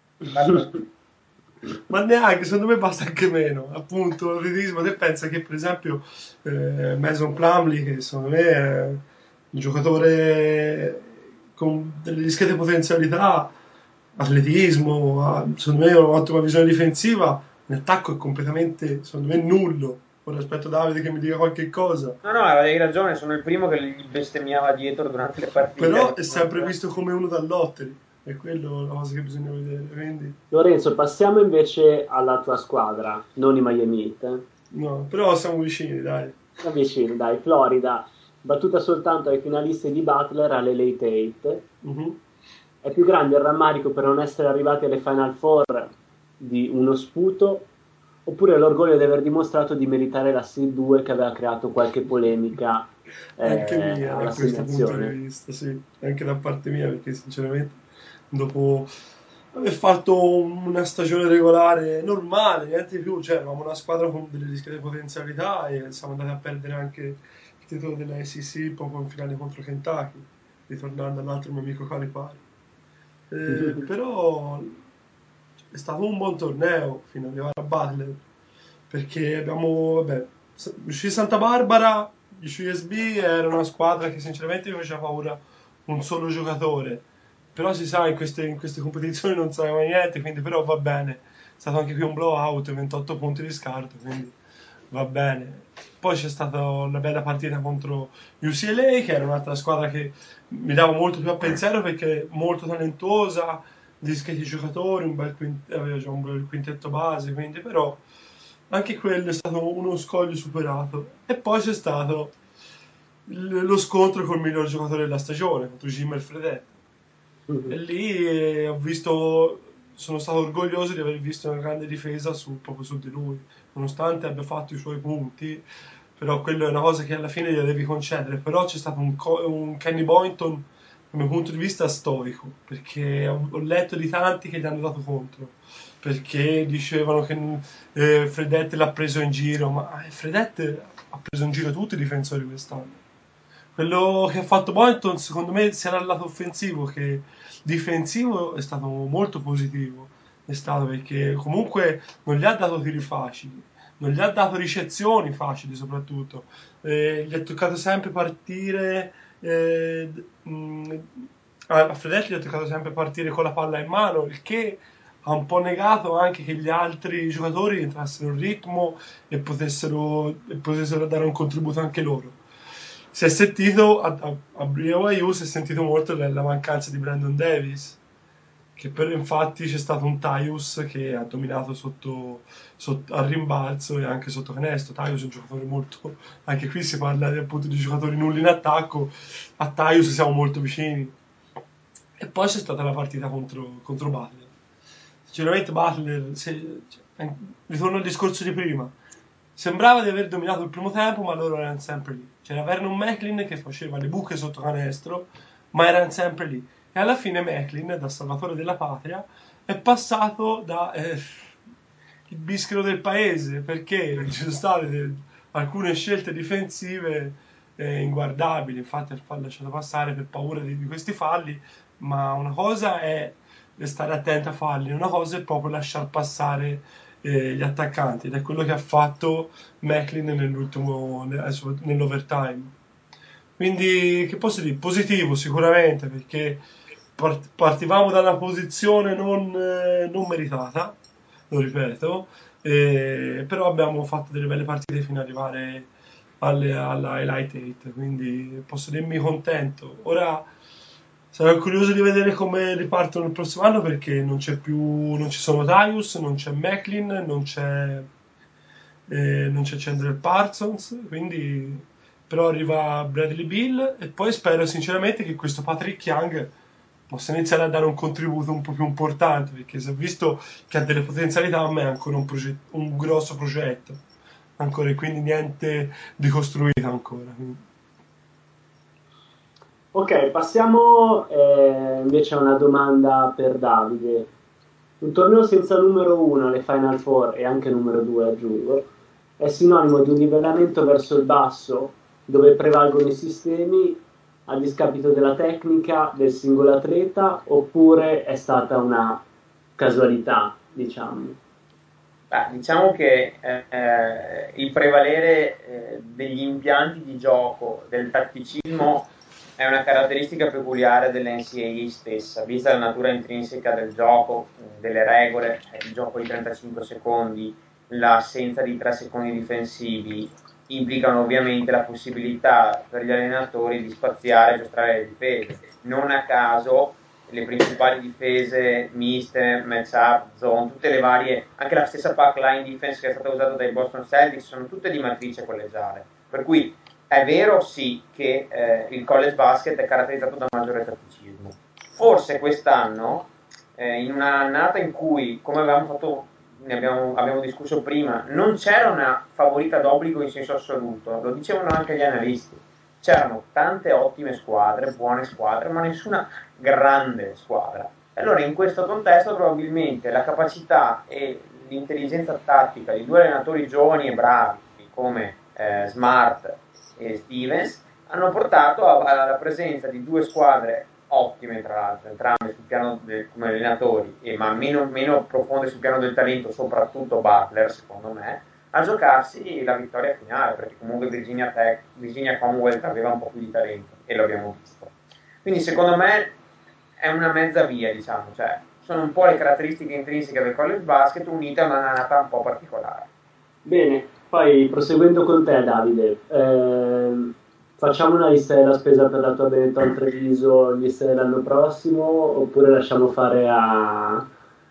Ma neanche, secondo me basta anche meno. Appunto, l'atletismo, te pensa che per esempio eh, Mason Plumlee, che secondo me è un giocatore con delle discrete potenzialità, atletismo, ha, secondo me ha un'ottima visione difensiva, in attacco è completamente, secondo me, nullo. Ora aspetto Davide che mi dica qualche cosa. No, no, avevi ragione, sono il primo che gli bestemmiava dietro durante le partite. Però è sempre visto come uno da lottery, è quello la cosa che bisogna vedere. Quindi... Lorenzo, passiamo invece alla tua squadra, non i Miami Heat. No, però siamo vicini, dai. Siamo vicini, dai, Florida, battuta soltanto ai finalisti di Butler all'L A Tate. Uh-huh. È più grande il rammarico per non essere arrivati alle Final Four di uno sputo, oppure l'orgoglio di aver dimostrato di meritare la Seed due che aveva creato qualche polemica eh, anche mia da questo punto di all'assegnazione? vista, sì, anche da parte mia, perché sinceramente dopo aver fatto una stagione regolare normale, niente di più, cioè eravamo una squadra con delle discrete potenzialità e siamo andati a perdere anche il titolo della S E C proprio in finale contro Kentucky, ritornando all'altro mio amico Calipari. Eh, però è stato un buon torneo fino ad arrivare a Butler, perché abbiamo, vabbè, U C Santa Barbara, U C S B era una squadra che sinceramente mi faceva paura un solo giocatore, però si sa in queste, in queste competizioni non sai mai niente, quindi però va bene, è stato anche qui un blowout, ventotto punti di scarto, quindi va bene. Poi c'è stata una bella partita contro U C L A, che era un'altra squadra che mi dava molto più a pensiero perché molto talentuosa, discreti giocatori, un bel quint- aveva già un bel quintetto base, quindi però anche quello è stato uno scoglio superato. E poi c'è stato l- lo scontro col miglior giocatore della stagione, contro Jimmer Fredette. E lì eh, ho visto, sono stato orgoglioso di aver visto una grande difesa su, proprio su di lui, nonostante abbia fatto i suoi punti, però quello è una cosa che alla fine gliela devi concedere. Però c'è stato un, un Kenny Boynton dal mio punto di vista stoico, perché ho, ho letto di tanti che gli hanno dato contro, perché dicevano che eh, Fredette l'ha preso in giro, ma eh, Fredette ha preso in giro tutti i difensori quest'anno. Quello che ha fatto Boynton, secondo me, sia dal lato offensivo che difensivo, è stato molto positivo. È stato perché comunque non gli ha dato tiri facili, non gli ha dato ricezioni facili soprattutto. Eh, gli è toccato sempre partire. Eh, mh, a Fredetti gli è toccato sempre partire con la palla in mano, il che ha un po' negato anche che gli altri giocatori entrassero in ritmo e potessero, e potessero dare un contributo anche loro. Si è sentito a, a, a B Y U si è sentito molto la, la mancanza di Brandon Davis, che per infatti c'è stato un Tyus che ha dominato sotto, sotto al rimbalzo e anche sotto canestro. Tyus è un giocatore molto, anche qui si parla appunto di giocatori nulli in attacco, a Tyus siamo molto vicini. E poi c'è stata la partita contro, contro Butler. Sinceramente Butler, se, cioè, ritorno al discorso di prima, sembrava di aver dominato il primo tempo, ma loro erano sempre lì. C'era Vernon Macklin che faceva le buche sotto canestro, ma erano sempre lì. E alla fine Macklin, da salvatore della patria, è passato da eh, il bischero del paese, perché ci sono state de- alcune scelte difensive eh, inguardabili, infatti ha lasciato passare per paura di, di questi falli, ma una cosa è stare attento a falli, una cosa è proprio lasciar passare eh, gli attaccanti, ed è quello che ha fatto Macklin nell'ultimo, nell'overtime. Quindi, che posso dire? Positivo sicuramente, perché part- partivamo da una posizione non, eh, non meritata, lo ripeto, eh, però abbiamo fatto delle belle partite fino ad arrivare alle, alla Elite otto, quindi posso dirmi contento. Ora sarò curioso di vedere come ripartono il prossimo anno, perché non c'è più, non ci sono Darius, non c'è Macklin, non c'è, eh, non c'è Chandler Parsons, quindi però arriva Bradley Beal, e poi spero sinceramente che questo Patrick Young possa iniziare a dare un contributo un po' più importante, perché si è visto che ha delle potenzialità, ma è ancora un, progetto, un grosso progetto ancora, e quindi niente di costruito ancora. Ok, passiamo eh, invece a una domanda per Davide. Un torneo senza numero uno alle Final Four, e anche numero due aggiungo, è sinonimo di un livellamento verso il basso, dove prevalgono i sistemi a discapito della tecnica del singolo atleta, oppure è stata una casualità, diciamo? Beh, diciamo che eh, il prevalere eh, degli impianti di gioco, del tatticismo, è una caratteristica peculiare dell'N C A A stessa, vista la natura intrinseca del gioco, delle regole, cioè il gioco di trentacinque secondi, l'assenza di tre secondi difensivi, implicano ovviamente la possibilità per gli allenatori di spaziare e giostrare le difese. Non a caso le principali difese miste, match-up, zone, tutte le varie, anche la stessa pack line defense che è stata usata dai Boston Celtics, sono tutte di matrice collegiale. Per cui è vero sì che eh, il college basket è caratterizzato da maggiore tatticismo. Forse quest'anno, eh, in un'annata in cui, come avevamo fatto, ne abbiamo, abbiamo discusso prima, non c'era una favorita d'obbligo in senso assoluto, lo dicevano anche gli analisti. C'erano tante ottime squadre, buone squadre, ma nessuna grande squadra. Allora in questo contesto probabilmente la capacità e l'intelligenza tattica di due allenatori giovani e bravi come eh, Smart e Stevens hanno portato alla presenza di due squadre ottime, tra l'altro, entrambe sul piano del, come allenatori, e, ma meno, meno profonde sul piano del talento, soprattutto Butler, secondo me, a giocarsi la vittoria finale, perché comunque Virginia Tech, Virginia Commonwealth aveva un po' più di talento, e lo abbiamo visto. Quindi secondo me è una mezza via, diciamo, cioè sono un po' le caratteristiche intrinseche del college basket unite a una nata un po' particolare. Bene, poi proseguendo con te Davide, ehm, facciamo una lista della spesa per la tua Benetton Treviso, lista dell'anno prossimo, oppure lasciamo fare a,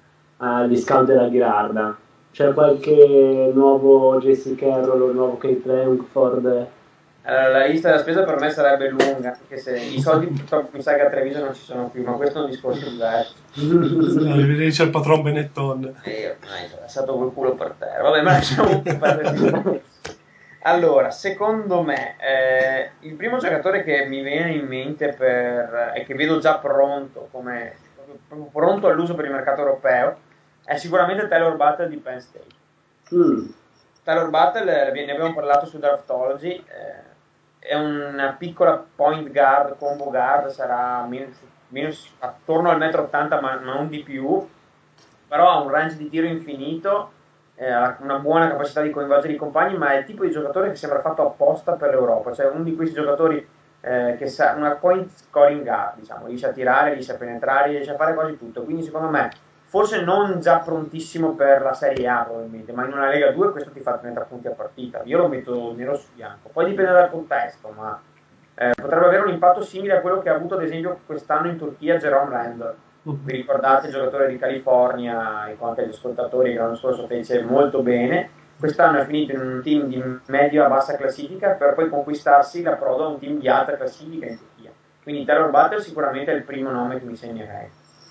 agli scout della Ghirarda? C'è qualche nuovo J C Carroll o nuovo Kate Langford? Allora, la lista della spesa per me sarebbe lunga, anche se i soldi purtroppo mi sa che a Treviso non ci sono più, ma questo è un discorso diverso. Arrivederci al patron Benetton. E io ormai ho lasciato quel culo per terra. Vabbè, ma lasciamo perdere. Allora, secondo me, eh, il primo giocatore che mi viene in mente per, e che vedo già pronto, come proprio pronto all'uso per il mercato europeo, è sicuramente Taylor Butler di Penn State. Mm. Taylor Butler, ne abbiamo parlato su Draftology, eh, è una piccola point guard, combo guard, sarà meno, meno, attorno al metro ottanta, ma non di più, però ha un range di tiro infinito, eh, ha una buona capacità di coinvolgere i compagni, ma è il tipo di giocatore che sembra fatto apposta per l'Europa, cioè uno di questi giocatori eh, che sa, una point scoring guard, diciamo, riesce a tirare, riesce a penetrare, riesce a fare quasi tutto, quindi secondo me forse non già prontissimo per la Serie A probabilmente, ma in una Lega due questo ti fa trenta punti a partita, io lo metto nero su bianco, poi dipende dal contesto, ma eh, potrebbe avere un impatto simile a quello che ha avuto ad esempio quest'anno in Turchia Jerome Randall. Vi ricordate il giocatore di California, e anche gli ascoltatori che l'anno scorso fece molto bene, quest'anno è finito in un team di medio a bassa classifica per poi conquistarsi la proda a un team di alta classifica in Turchia, quindi Taylor Butler sicuramente è il primo nome che mi segnerei.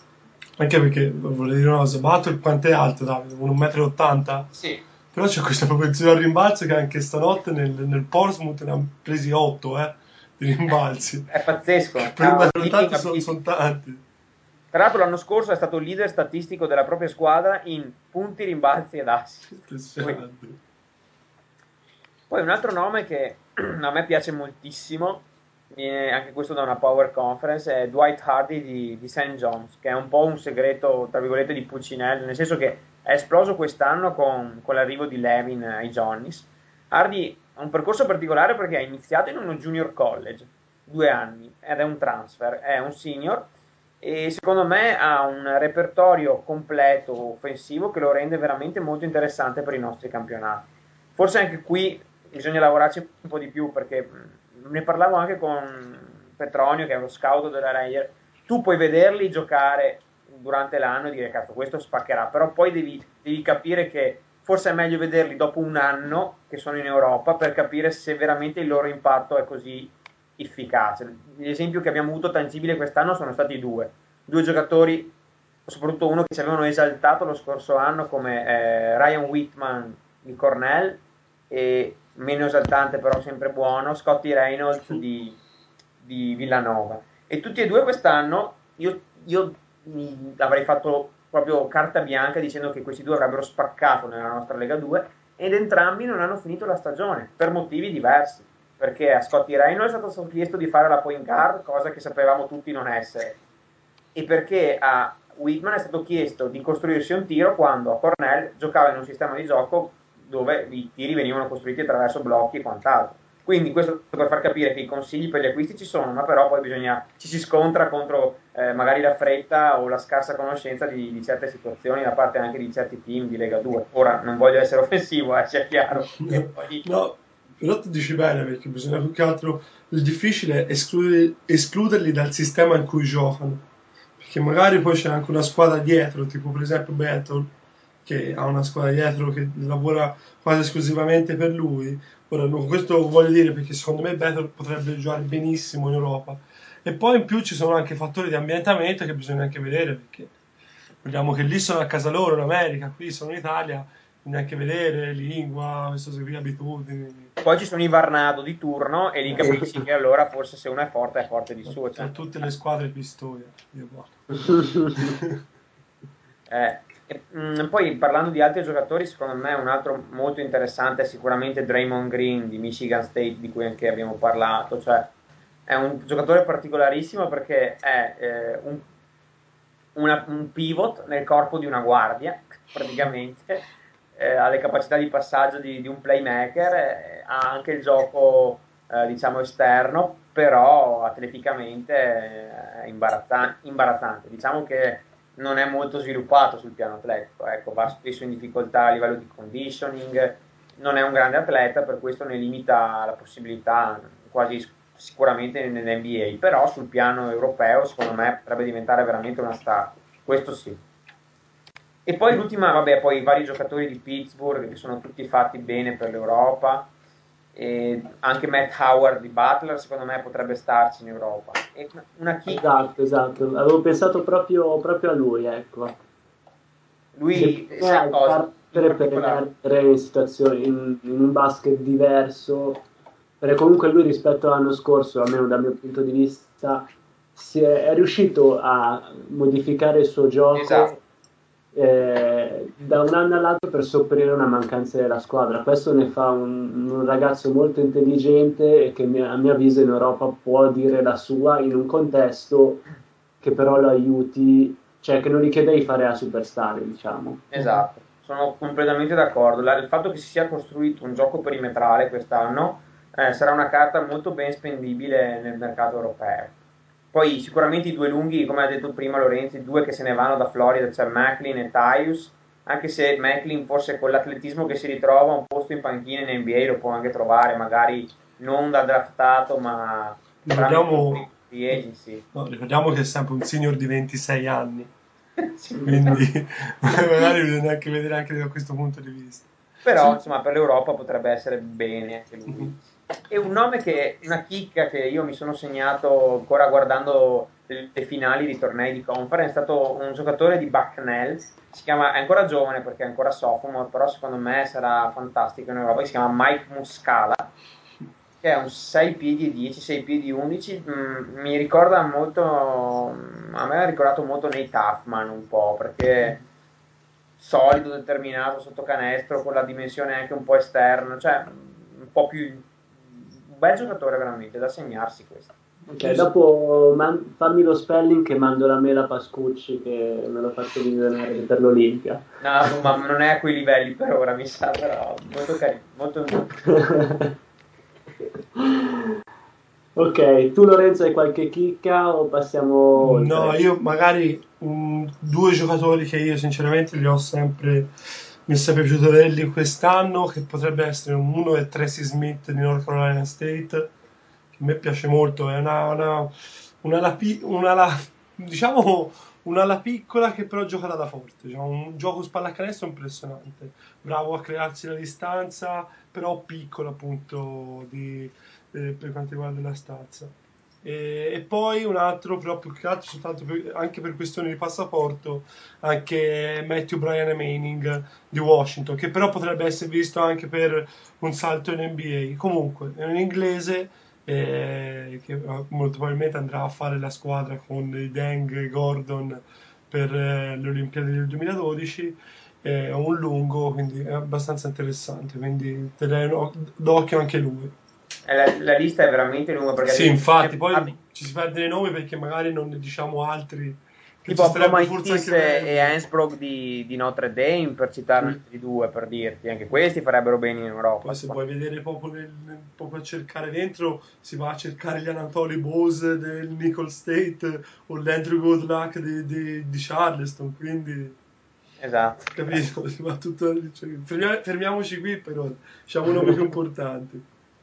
Anche perché, volevo dire una cosa, Butler quanto è alto, Davide? un metro e ottanta m? Sì. Però c'è questa propensione al rimbalzo che anche stanotte nel, nel Portsmouth ne hanno presi otto, eh, di rimbalzi. È pazzesco. Che per un Ah, metro e ottanta sono son tanti. Tra l'altro l'anno scorso è stato il leader statistico della propria squadra in punti, rimbalzi ed assist. Impressionante. Poi un altro nome che a me piace moltissimo, viene anche questo da una Power Conference, è Dwight Hardy di, di Saint John's, che è un po' un segreto, tra virgolette, di Pulcinella, nel senso che è esploso quest'anno con, con l'arrivo di Levin ai Johnnies. Hardy ha un percorso particolare perché ha iniziato in uno junior college, due anni, ed è un transfer, è un senior, e secondo me ha un repertorio completo offensivo che lo rende veramente molto interessante per i nostri campionati. Forse anche qui bisogna lavorarci un po' di più perché mh, ne parlavo anche con Petronio che è lo scout della Reyer. Tu puoi vederli giocare durante l'anno e dire cazzo questo spaccherà, però poi devi, devi capire che forse è meglio vederli dopo un anno che sono in Europa per capire se veramente il loro impatto è così efficace. L'esempio che abbiamo avuto tangibile quest'anno sono stati due, due giocatori, soprattutto uno che ci avevano esaltato lo scorso anno come eh, Ryan Whitman di Cornell e meno esaltante però sempre buono Scotty Reynolds di, di Villanova, e tutti e due quest'anno io, io mi avrei fatto proprio carta bianca dicendo che questi due avrebbero spaccato nella nostra Lega due, ed entrambi non hanno finito la stagione per motivi diversi, perché a Scotty Reynolds è stato chiesto di fare la point guard, cosa che sapevamo tutti non essere, e perché a Whitman è stato chiesto di costruirsi un tiro quando a Cornell giocava in un sistema di gioco dove i tiri venivano costruiti attraverso blocchi e quant'altro. Quindi questo per far capire che i consigli per gli acquisti ci sono, ma però poi bisogna, ci si scontra contro eh, magari la fretta o la scarsa conoscenza di, di certe situazioni da parte anche di certi team di Lega due. Ora non voglio essere offensivo, eh, sia chiaro. E poi... No, però tu dici bene perché bisogna più che altro, il difficile è escludere- escluderli dal sistema in cui giocano, perché magari poi c'è anche una squadra dietro, tipo per esempio Beaton che ha una squadra dietro che lavora quasi esclusivamente per lui. Ora, no, questo voglio dire perché secondo me Beaton potrebbe giocare benissimo in Europa. E poi in più ci sono anche fattori di ambientamento che bisogna anche vedere, perché vediamo che lì sono a casa loro in America, qui sono in Italia, bisogna anche vedere lingua, queste cose qui, abitudini. Poi ci sono i Varnado di turno e lì Eh, capisci che allora forse se uno è forte è forte di sono, suo. sono Cioè. tutte le squadre Pistoia. Io boh. Eh, e, mh, poi parlando di altri giocatori, secondo me un altro molto interessante è sicuramente Draymond Green di Michigan State, di cui anche abbiamo parlato. Cioè, è un giocatore particolarissimo perché è eh, un, una- un pivot nel corpo di una guardia, praticamente, eh, ha le capacità di passaggio di, di un playmaker, eh, ha anche il gioco, eh, diciamo, esterno, però atleticamente eh, è imbarazzan- imbarazzante. Diciamo che non è molto sviluppato sul piano atletico, ecco, va spesso in difficoltà a livello di conditioning, non è un grande atleta, per questo ne limita la possibilità quasi sicuramente nell'N B A, però sul piano europeo secondo me potrebbe diventare veramente una star, questo sì. E poi l'ultima, vabbè, poi i vari giocatori di Pittsburgh che sono tutti fatti bene per l'Europa, e anche Matt Howard di Butler secondo me potrebbe starci in Europa. E una chicca, Esatto, esatto. Avevo pensato proprio, proprio a lui, ecco. lui Secondo me ha sai il cosa in carattere per particolare? emergere in situazioni, in, in un basket diverso, perché comunque lui rispetto all'anno scorso, almeno dal mio punto di vista, si è, è riuscito a modificare il suo Esatto. gioco eh, da un anno all'altro per sopperire una mancanza della squadra. Questo ne fa un, un ragazzo molto intelligente e che mi- a mio avviso in Europa può dire la sua in un contesto che però lo aiuti, cioè che non richiede di fare la superstar, diciamo. Esatto, sono completamente d'accordo. La- il fatto che si sia costruito un gioco perimetrale quest'anno eh, sarà una carta molto ben spendibile nel mercato europeo. Poi sicuramente i due lunghi, come ha detto prima Lorenzi, due che se ne vanno da Florida, cioè Macklin e Tyus, anche se Macklin forse con l'atletismo che si ritrova un posto in panchina in N B A lo può anche trovare, magari non da draftato, ma tramite un Ricordiamo, free agency. no, ricordiamo che è sempre un senior di ventisei anni, Sì. quindi magari bisogna anche vedere anche da questo punto di vista. Però Sì. insomma per l'Europa potrebbe essere bene anche Mhm. lui. E un nome che, una chicca che io mi sono segnato ancora guardando le, le finali di tornei di conference, è stato un giocatore di Bucknell, si chiama, è ancora giovane perché è ancora sophomore, però secondo me sarà fantastico in Europa, si chiama Mike Muscala, che è un sei piedi e dieci, sei piedi e undici, mm, mi ricorda molto, a me ha ricordato molto Nate Huffman un po', perché solido, determinato sotto canestro, con la dimensione anche un po' esterna, cioè po' più un bel giocatore veramente da segnarsi questo. Ok, dopo man- fammi lo spelling che mando la mail a Pascucci che me lo faccio visionare per l'Olimpia. No, ma non è a quei livelli per ora, mi sa, però molto carino, molto Ok, tu Lorenzo hai qualche chicca o passiamo oltre? No, io magari um, due giocatori che io sinceramente li ho sempre, mi è sempre piaciuto vederli quest'anno, che potrebbe essere uno è Tracy Smith di North Carolina State, che a me piace molto, è una, una, una, lapi- una la- diciamo un'ala piccola che però gioca da forte, cioè un gioco su pallacanestro impressionante, bravo a crearsi la distanza, però piccolo appunto di, eh, per quanto riguarda la stazza. E, e poi un altro, però più che altro soltanto per- anche per questioni di passaporto, anche Matthew Bryan Manning di Washington, che però potrebbe essere visto anche per un salto in N B A. Comunque, è un inglese eh, che eh, molto probabilmente andrà a fare la squadra con i Deng e Gordon per eh, le Olimpiadi del duemiladodici. È un lungo, quindi è abbastanza interessante, quindi terrei d'occhio anche lui. La, la lista è veramente lunga perché Sì, adesso infatti, poi ci si perde i nomi perché magari non ne diciamo altri che tipo ci starebbe forse Abromaitis anche e meglio. Hansbrough di, di Notre Dame, per citarne altri due, per dirti, anche questi farebbero bene in Europa. Poi se vuoi vedere proprio, nel, nel- proprio a cercare dentro, si va a cercare gli Anatoly Bose del Nicholls State o l'Andrew Goodluck di, di, di Charleston, quindi Esatto. capito, si va tutto, cioè, fermia- fermiamoci qui però, diciamo nomi più importanti.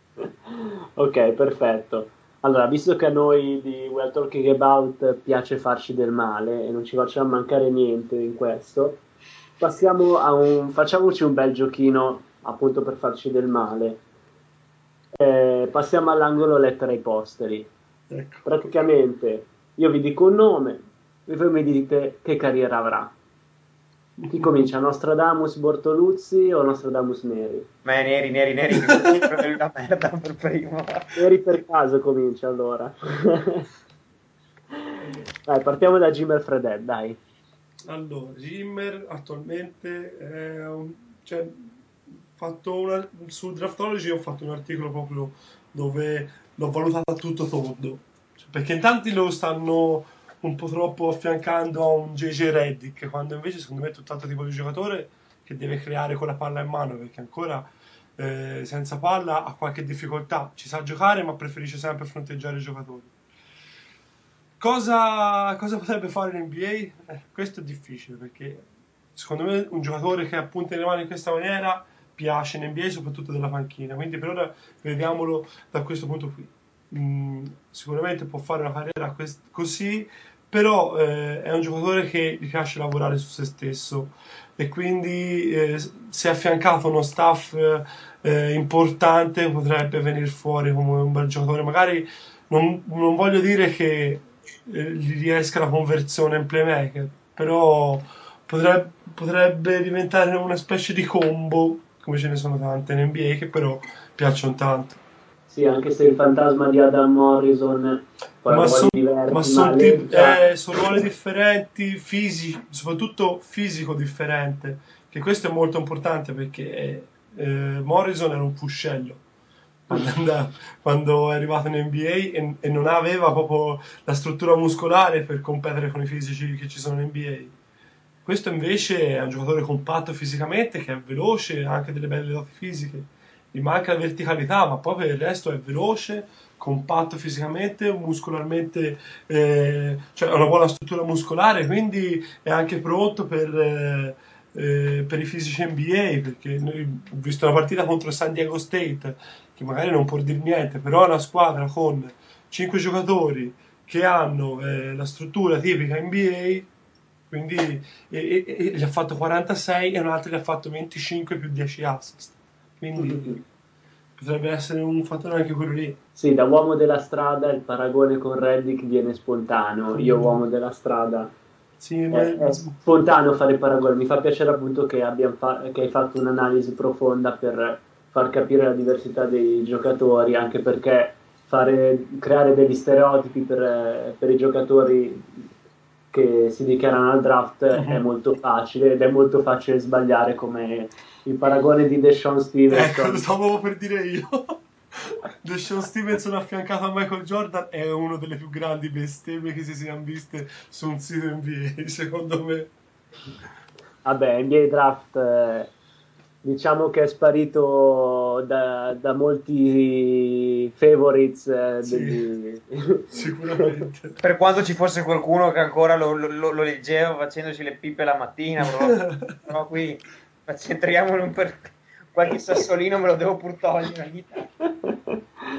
Ok, perfetto. Allora, visto che a noi di Well Talking About piace farci del male e non ci facciamo mancare niente in questo, passiamo a un, facciamoci un bel giochino appunto per farci del male. Eh, passiamo all'angolo lettera ai posteri. Ecco. Praticamente io vi dico un nome e voi mi dite che carriera avrà. Chi comincia? Nostradamus Bortoluzzi o Nostradamus Neri? Ma è neri, neri, neri, che è una merda per primo. Neri per caso comincia allora. Dai, partiamo da Jimmer Fredette, dai. Allora, Zimmer attualmente è un, cioè, fatto una, su Draftology ho fatto un articolo proprio dove l'ho valutato a tutto tondo, cioè, perché in tanti lo stanno un po' troppo affiancando a un J J Redick, quando invece secondo me è tutt'altro tipo di giocatore che deve creare con la palla in mano, perché ancora eh, senza palla ha qualche difficoltà, ci sa giocare ma preferisce sempre fronteggiare i giocatori. Cosa, cosa potrebbe fare in N B A? Eh, questo è difficile perché secondo me un giocatore che appunta le mani in questa maniera piace in N B A soprattutto dalla panchina, quindi per ora vediamolo da questo punto qui. Mm, sicuramente può fare una carriera quest- così, però eh, è un giocatore che gli piace lavorare su se stesso e quindi eh, se affiancato a uno staff eh, importante potrebbe venire fuori come un bel giocatore. Magari non, non voglio dire che eh, gli riesca la conversione in playmaker, però potrebbe, potrebbe diventare una specie di combo, come ce ne sono tante in N B A, che però piacciono tanto. Sì, anche se il fantasma di Adam Morrison poi ha Ma ruoli sono ma diversi, ma son tip- aleggia. eh, son ruoli differenti, fisici, soprattutto fisico differente, che questo è molto importante perché eh, Morrison era un fuscello quando, è andato- quando è arrivato in N B A e, e non aveva proprio la struttura muscolare per competere con i fisici che ci sono in N B A. Questo invece è un giocatore compatto fisicamente, che è veloce, ha anche delle belle doti fisiche. Gli manca la verticalità, ma poi per il resto è veloce, compatto fisicamente, muscolarmente, eh, cioè ha una buona struttura muscolare, quindi è anche pronto per, eh, eh, per i fisici N B A, perché noi, ho visto una partita contro San Diego State, che magari non può dire niente, però è una squadra con cinque giocatori che hanno eh, la struttura tipica N B A, quindi e, e, e gli ha fatto quarantasei e un altro gli ha fatto venticinque più dieci assist, quindi potrebbe essere un fattore anche quello lì. Sì, da uomo della strada il paragone con Reddick viene spontaneo. Io, uomo della strada, Sì, è, ma è spontaneo fare paragone. Mi fa piacere appunto che, abbiam fa- che hai fatto un'analisi profonda per far capire la diversità dei giocatori, anche perché fare, creare degli stereotipi per, per i giocatori che si dichiarano al draft Mhm. è molto facile ed è molto facile sbagliare, come il paragone di Deshaun Ecco, Stevenson. lo stavo per dire io. Deshaun Stevenson affiancato a Michael Jordan è una delle più grandi bestemmie che si siano viste su un sito N B A, secondo me. Vabbè, N B A Draft eh, diciamo che è sparito da, da molti favorites eh, Sì, degli... sicuramente. Per quanto ci fosse qualcuno che ancora lo, lo- lo leggeva facendoci le pippe la mattina, però, però qui centriamolo per qualche sassolino me lo devo pur togliere ogni tanto.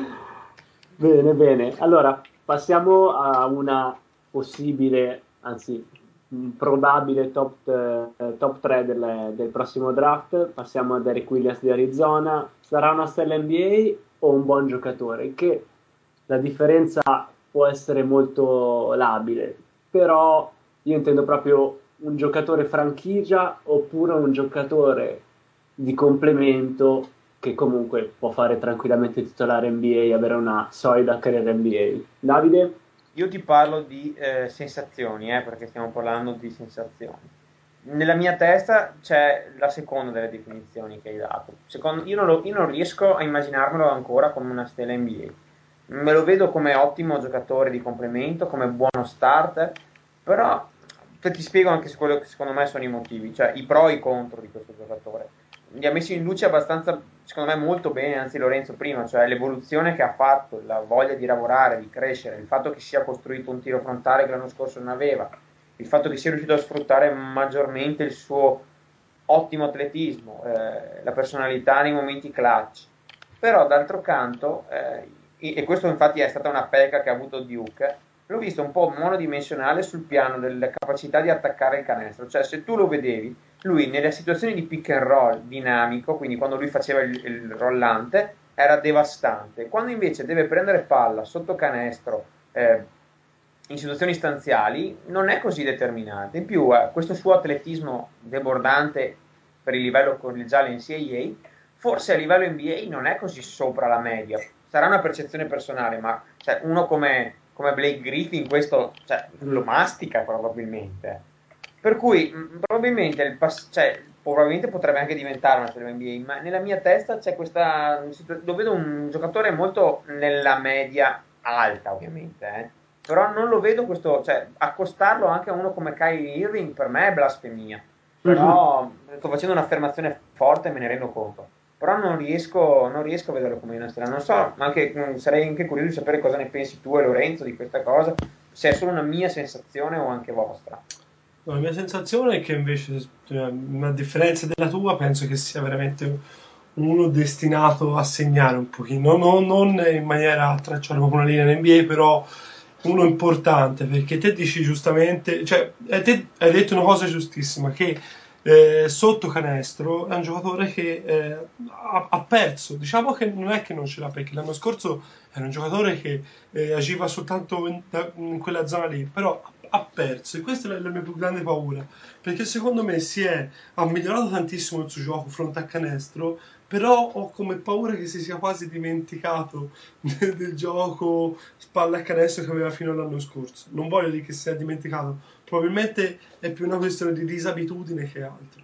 Bene, bene. Allora, passiamo a una possibile, anzi, mh, probabile top, eh, top tre del, del prossimo draft. Passiamo a Derek Williams di Arizona. Sarà una stella N B A o un buon giocatore? Che la differenza può essere molto labile, però io intendo proprio un giocatore franchigia oppure un giocatore di complemento che comunque può fare tranquillamente titolare N B A e avere una solida carriera N B A. Davide? Io ti parlo di eh, sensazioni, eh, perché stiamo parlando di sensazioni. Nella mia testa c'è la seconda delle definizioni che hai dato. Secondo, io, non lo- io non riesco a immaginarmelo ancora come una stella N B A. Me lo vedo come ottimo giocatore di complemento, come buono starter, però te- ti spiego anche su quello che secondo me sono i motivi, cioè i pro e i contro di questo giocatore. Li ha messi in luce abbastanza, secondo me, molto bene, anzi Lorenzo prima, cioè l'evoluzione che ha fatto, la voglia di lavorare, di crescere, il fatto che sia costruito un tiro frontale che l'anno scorso non aveva, il fatto che sia riuscito a sfruttare maggiormente il suo ottimo atletismo, eh, la personalità nei momenti clutch. Però d'altro canto, eh, e e questo infatti è stata una pecca che ha avuto Duke, l'ho visto un po' monodimensionale sul piano delle capacità di attaccare il canestro, cioè se tu lo vedevi, lui nelle situazioni di pick and roll dinamico, quindi quando lui faceva il, il rollante, era devastante. Quando invece deve prendere palla sotto canestro, eh, in situazioni stanziali, non è così determinante. In più, eh, questo suo atletismo debordante per il livello collegiale in C A A, forse a livello N B A non è così sopra la media. Sarà una percezione personale, ma cioè, uno come, come Blake Griffin questo cioè, lo mastica probabilmente. Per cui mh, probabilmente, il pass- cioè, probabilmente potrebbe anche diventare una stella N B A, ma nella mia testa c'è questa situ- lo vedo un giocatore molto nella media alta, ovviamente, eh. Però non lo vedo questo, cioè accostarlo anche a uno come Kyrie Irving per me è blasfemia. Però sto facendo un'affermazione forte e me ne rendo conto. Però non riesco, non riesco a vederlo come una stella. Non so, anche, mh, sarei anche curioso di sapere cosa ne pensi tu e Lorenzo di questa cosa, se è solo una mia sensazione o anche vostra. La mia sensazione è che invece, cioè, a differenza della tua, penso che sia veramente uno destinato a segnare un pochino, non, non in maniera a tracciare proprio una linea in N B A, però uno importante, perché te dici giustamente, cioè eh, te hai detto una cosa giustissima, che eh, sotto canestro è un giocatore che eh, ha, ha perso, diciamo che non è che non ce l'ha, perché l'anno scorso era un giocatore che eh, agiva soltanto in, in quella zona lì, però ha perso, e questa è la, la mia più grande paura, perché secondo me si è, ha migliorato tantissimo il suo gioco fronte a canestro, però ho come paura che si sia quasi dimenticato del, del gioco spalla a canestro che aveva fino all'anno scorso. Non voglio dire che si sia dimenticato, probabilmente è più una questione di disabitudine che altro,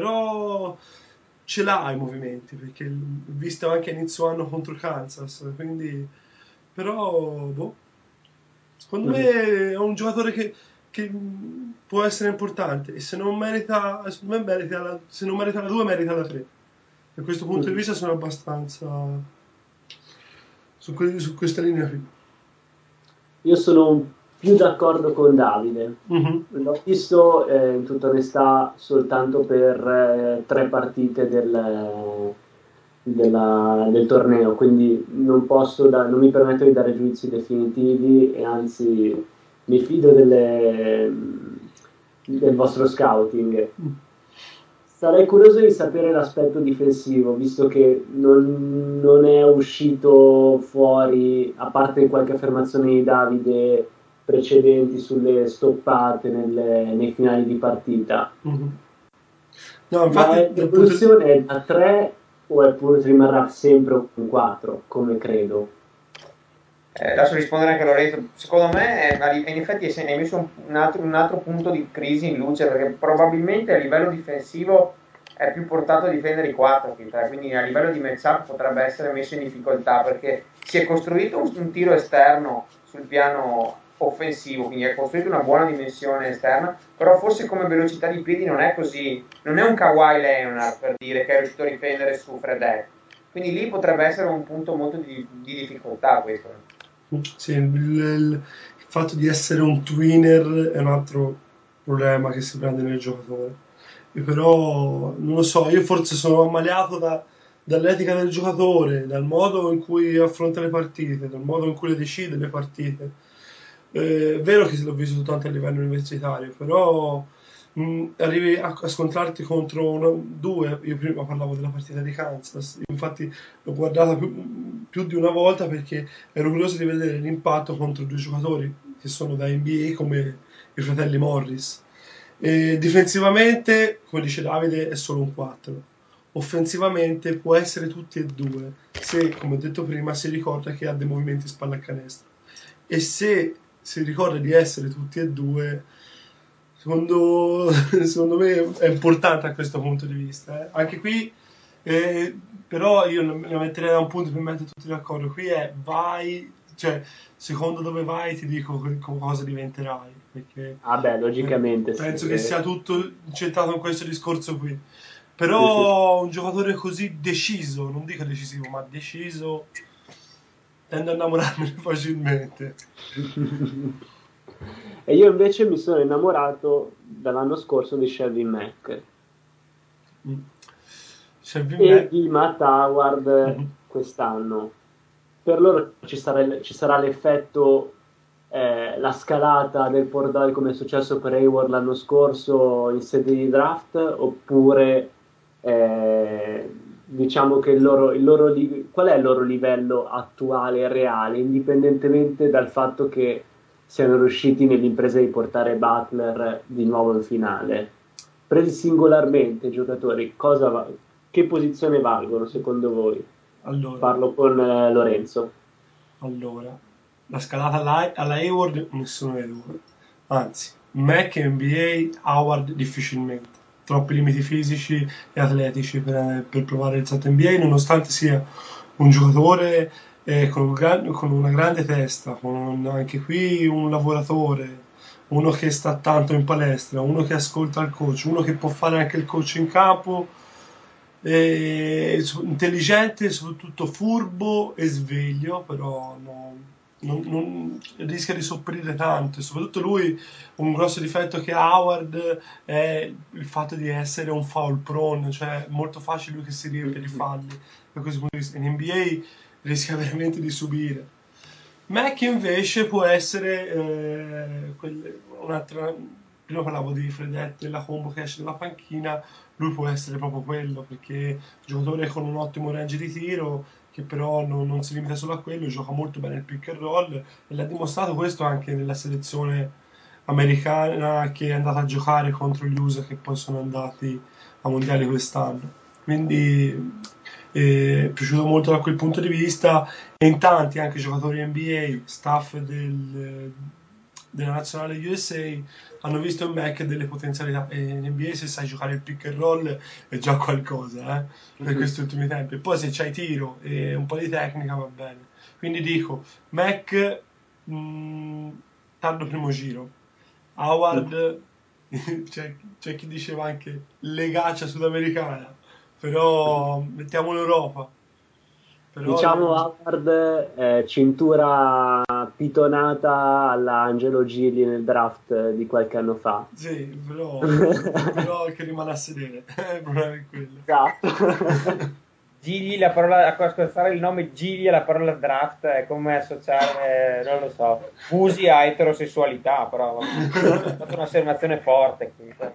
però ce l'ha i movimenti, perché visto anche a inizio anno contro Kansas, quindi però boh, secondo me è un giocatore che, che può essere importante, e se non merita, secondo me merita la, se non merita la due merita la tre. Da questo punto di vista sono abbastanza su, que- su questa linea qui. Io sono più d'accordo con Davide. Mhm. L'ho visto eh, in tutta onestà soltanto per eh, tre partite del, della- del torneo, quindi non posso da- non mi permetto di dare giudizi definitivi e anzi mi fido delle- del vostro scouting. Sarei curioso di sapere l'aspetto difensivo, visto che non, non è uscito fuori, a parte qualche affermazione di Davide precedenti sulle stoppate nelle- nei finali di partita. Mhm. No, Ma infatti è- dal punto di... l'evoluzione è da tre o è pure, rimarrà sempre un quattro, come credo? eh, lascio rispondere anche a Lorenzo. Secondo me eh, in effetti hai messo un, un, altro, un altro punto di crisi in luce, perché probabilmente a livello difensivo è più portato a difendere i quattro che i tre, quindi a livello di matchup potrebbe essere messo in difficoltà, perché si è costruito un, un tiro esterno sul piano offensivo, quindi ha costruito una buona dimensione esterna, però forse come velocità di piedi non è così, non è un Kawhi Leonard, per dire, che è riuscito a difendere su Fred. Quindi lì potrebbe essere un punto molto di, di difficoltà questo. Sì, il, il, il fatto di essere un twinner è un altro problema che si prende nel giocatore. E però non lo so, io forse sono ammaliato da, dall'etica del giocatore, dal modo in cui affronta le partite, dal modo in cui le decide le partite. Eh, è vero che l'ho vissuto tanto a livello universitario, però mh, arrivi a, a scontrarti contro uno, due. Io prima parlavo della partita di Kansas, infatti l'ho guardata più, più di una volta perché ero curioso di vedere l'impatto contro due giocatori che sono da N B A come i fratelli Morris. E difensivamente, come dice Davide, è solo un quattro. Offensivamente può essere tutti e due, se, come ho detto prima, si ricorda che ha dei movimenti spallacanestro. E se si ricorda di essere tutti e due, secondo, secondo me è importante a questo punto di vista. Eh. Anche qui, eh, però io la metterei da un punto per mettere tutti d'accordo. Qui è vai, cioè, secondo dove vai ti dico cosa diventerai. Perché Ah beh, eh, logicamente sì. penso che sia tutto incentrato in questo discorso qui. Sì, Però sì. un giocatore così deciso, non dico decisivo, ma deciso, tendo a innamorarmene facilmente. E io invece mi sono innamorato dall'anno scorso di Shelby Mack Mm. Shelby e Mack. di Matt Howard Mhm. quest'anno. Per loro ci sarà, il- ci sarà l'effetto, eh, la scalata del portale come è successo per Hayward l'anno scorso in sede di draft, oppure eh, diciamo che il loro, il loro li- qual è il loro livello attuale e reale, indipendentemente dal fatto che siano riusciti nell'impresa di portare Butler di nuovo in finale. Presi singolarmente i giocatori, cosa va- che posizione valgono secondo voi? Allora, Parlo con eh, Lorenzo. allora, la scalata alla, alla Hayward nessuno dei due. Anzi, Mac N B A, Howard difficilmente. Troppi limiti fisici e atletici per, per provare il salto N B A, nonostante sia un giocatore eh, con, un gran- con una grande testa, con un- anche qui un lavoratore, uno che sta tanto in palestra, uno che ascolta il coach, uno che può fare anche il coach in campo, e so- intelligente, soprattutto furbo e sveglio, però non, non- non- rischia di soffrire tanto. E soprattutto lui, un grosso difetto che ha Howard è il fatto di essere un foul prone, cioè è molto facile lui che si riempie di falli. Da questo punto di vista, in N B A rischia veramente di subire. Mac invece può essere eh, quel- un'altra. Prima parlavo di Fredette, la combo che esce dalla panchina, lui può essere proprio quello, perché giocatore con un ottimo range di tiro, che però non, non si limita solo a quello, gioca molto bene il pick and roll e l'ha dimostrato questo anche nella selezione americana che è andata a giocare contro gli U S A che poi sono andati a mondiali quest'anno. Quindi eh, è piaciuto molto da quel punto di vista e in tanti anche giocatori N B A, staff del, della nazionale U S A hanno visto in Mac delle potenzialità e in N B A se sai giocare il pick and roll è già qualcosa eh, per questi ultimi tempi, poi se c'hai tiro e un po' di tecnica va bene, quindi dico Mac mh, tardo primo giro. Howard c'è, c'è chi diceva anche legaccia sudamericana, però mettiamo l'Europa. Però Diciamo Howard, eh, cintura pitonata alla Angelo Gilli nel draft di qualche anno fa. sì, però, però che rimane a sedere, il problema è quello. Esatto. Gigli, la parola, ascoltare il nome Gigli alla parola draft è come associare, non lo so, Busi a eterosessualità, però è stata un'affermazione forte. Comunque.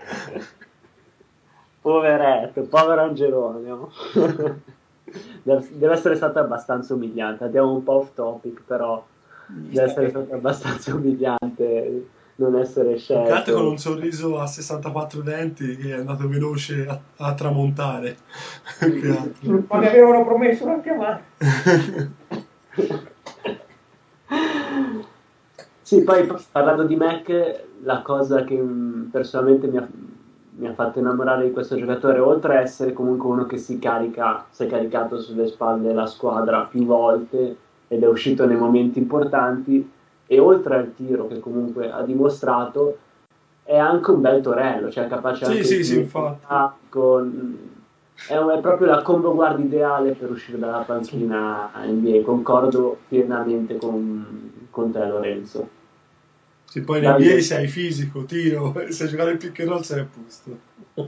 Poveretto, povero Angelone. Deve, deve essere stato abbastanza umiliante. Andiamo un po' off topic, però deve essere stato abbastanza umiliante non essere Giocate con scelto. un sorriso a sessantaquattro denti che è andato veloce a, a tramontare, più che altro. Ma mi avevano promesso una chiamata. Sì, poi parlando di Mac, la cosa che mh, personalmente mi ha, mi ha fatto innamorare di questo giocatore, oltre a essere comunque uno che si carica, si è caricato sulle spalle la squadra più volte ed è uscito nei momenti importanti, e oltre al tiro che comunque ha dimostrato, è anche un bel torello, cioè capace Sì, anche sì, di sì, finire il infatti. con... È, è proprio la combo guard ideale per uscire dalla Sì. panchina N B A, concordo pienamente con, con te Lorenzo. Sì, poi in N B A Davide, sei fisico, tiro, se giocare il pick and roll sei a posto.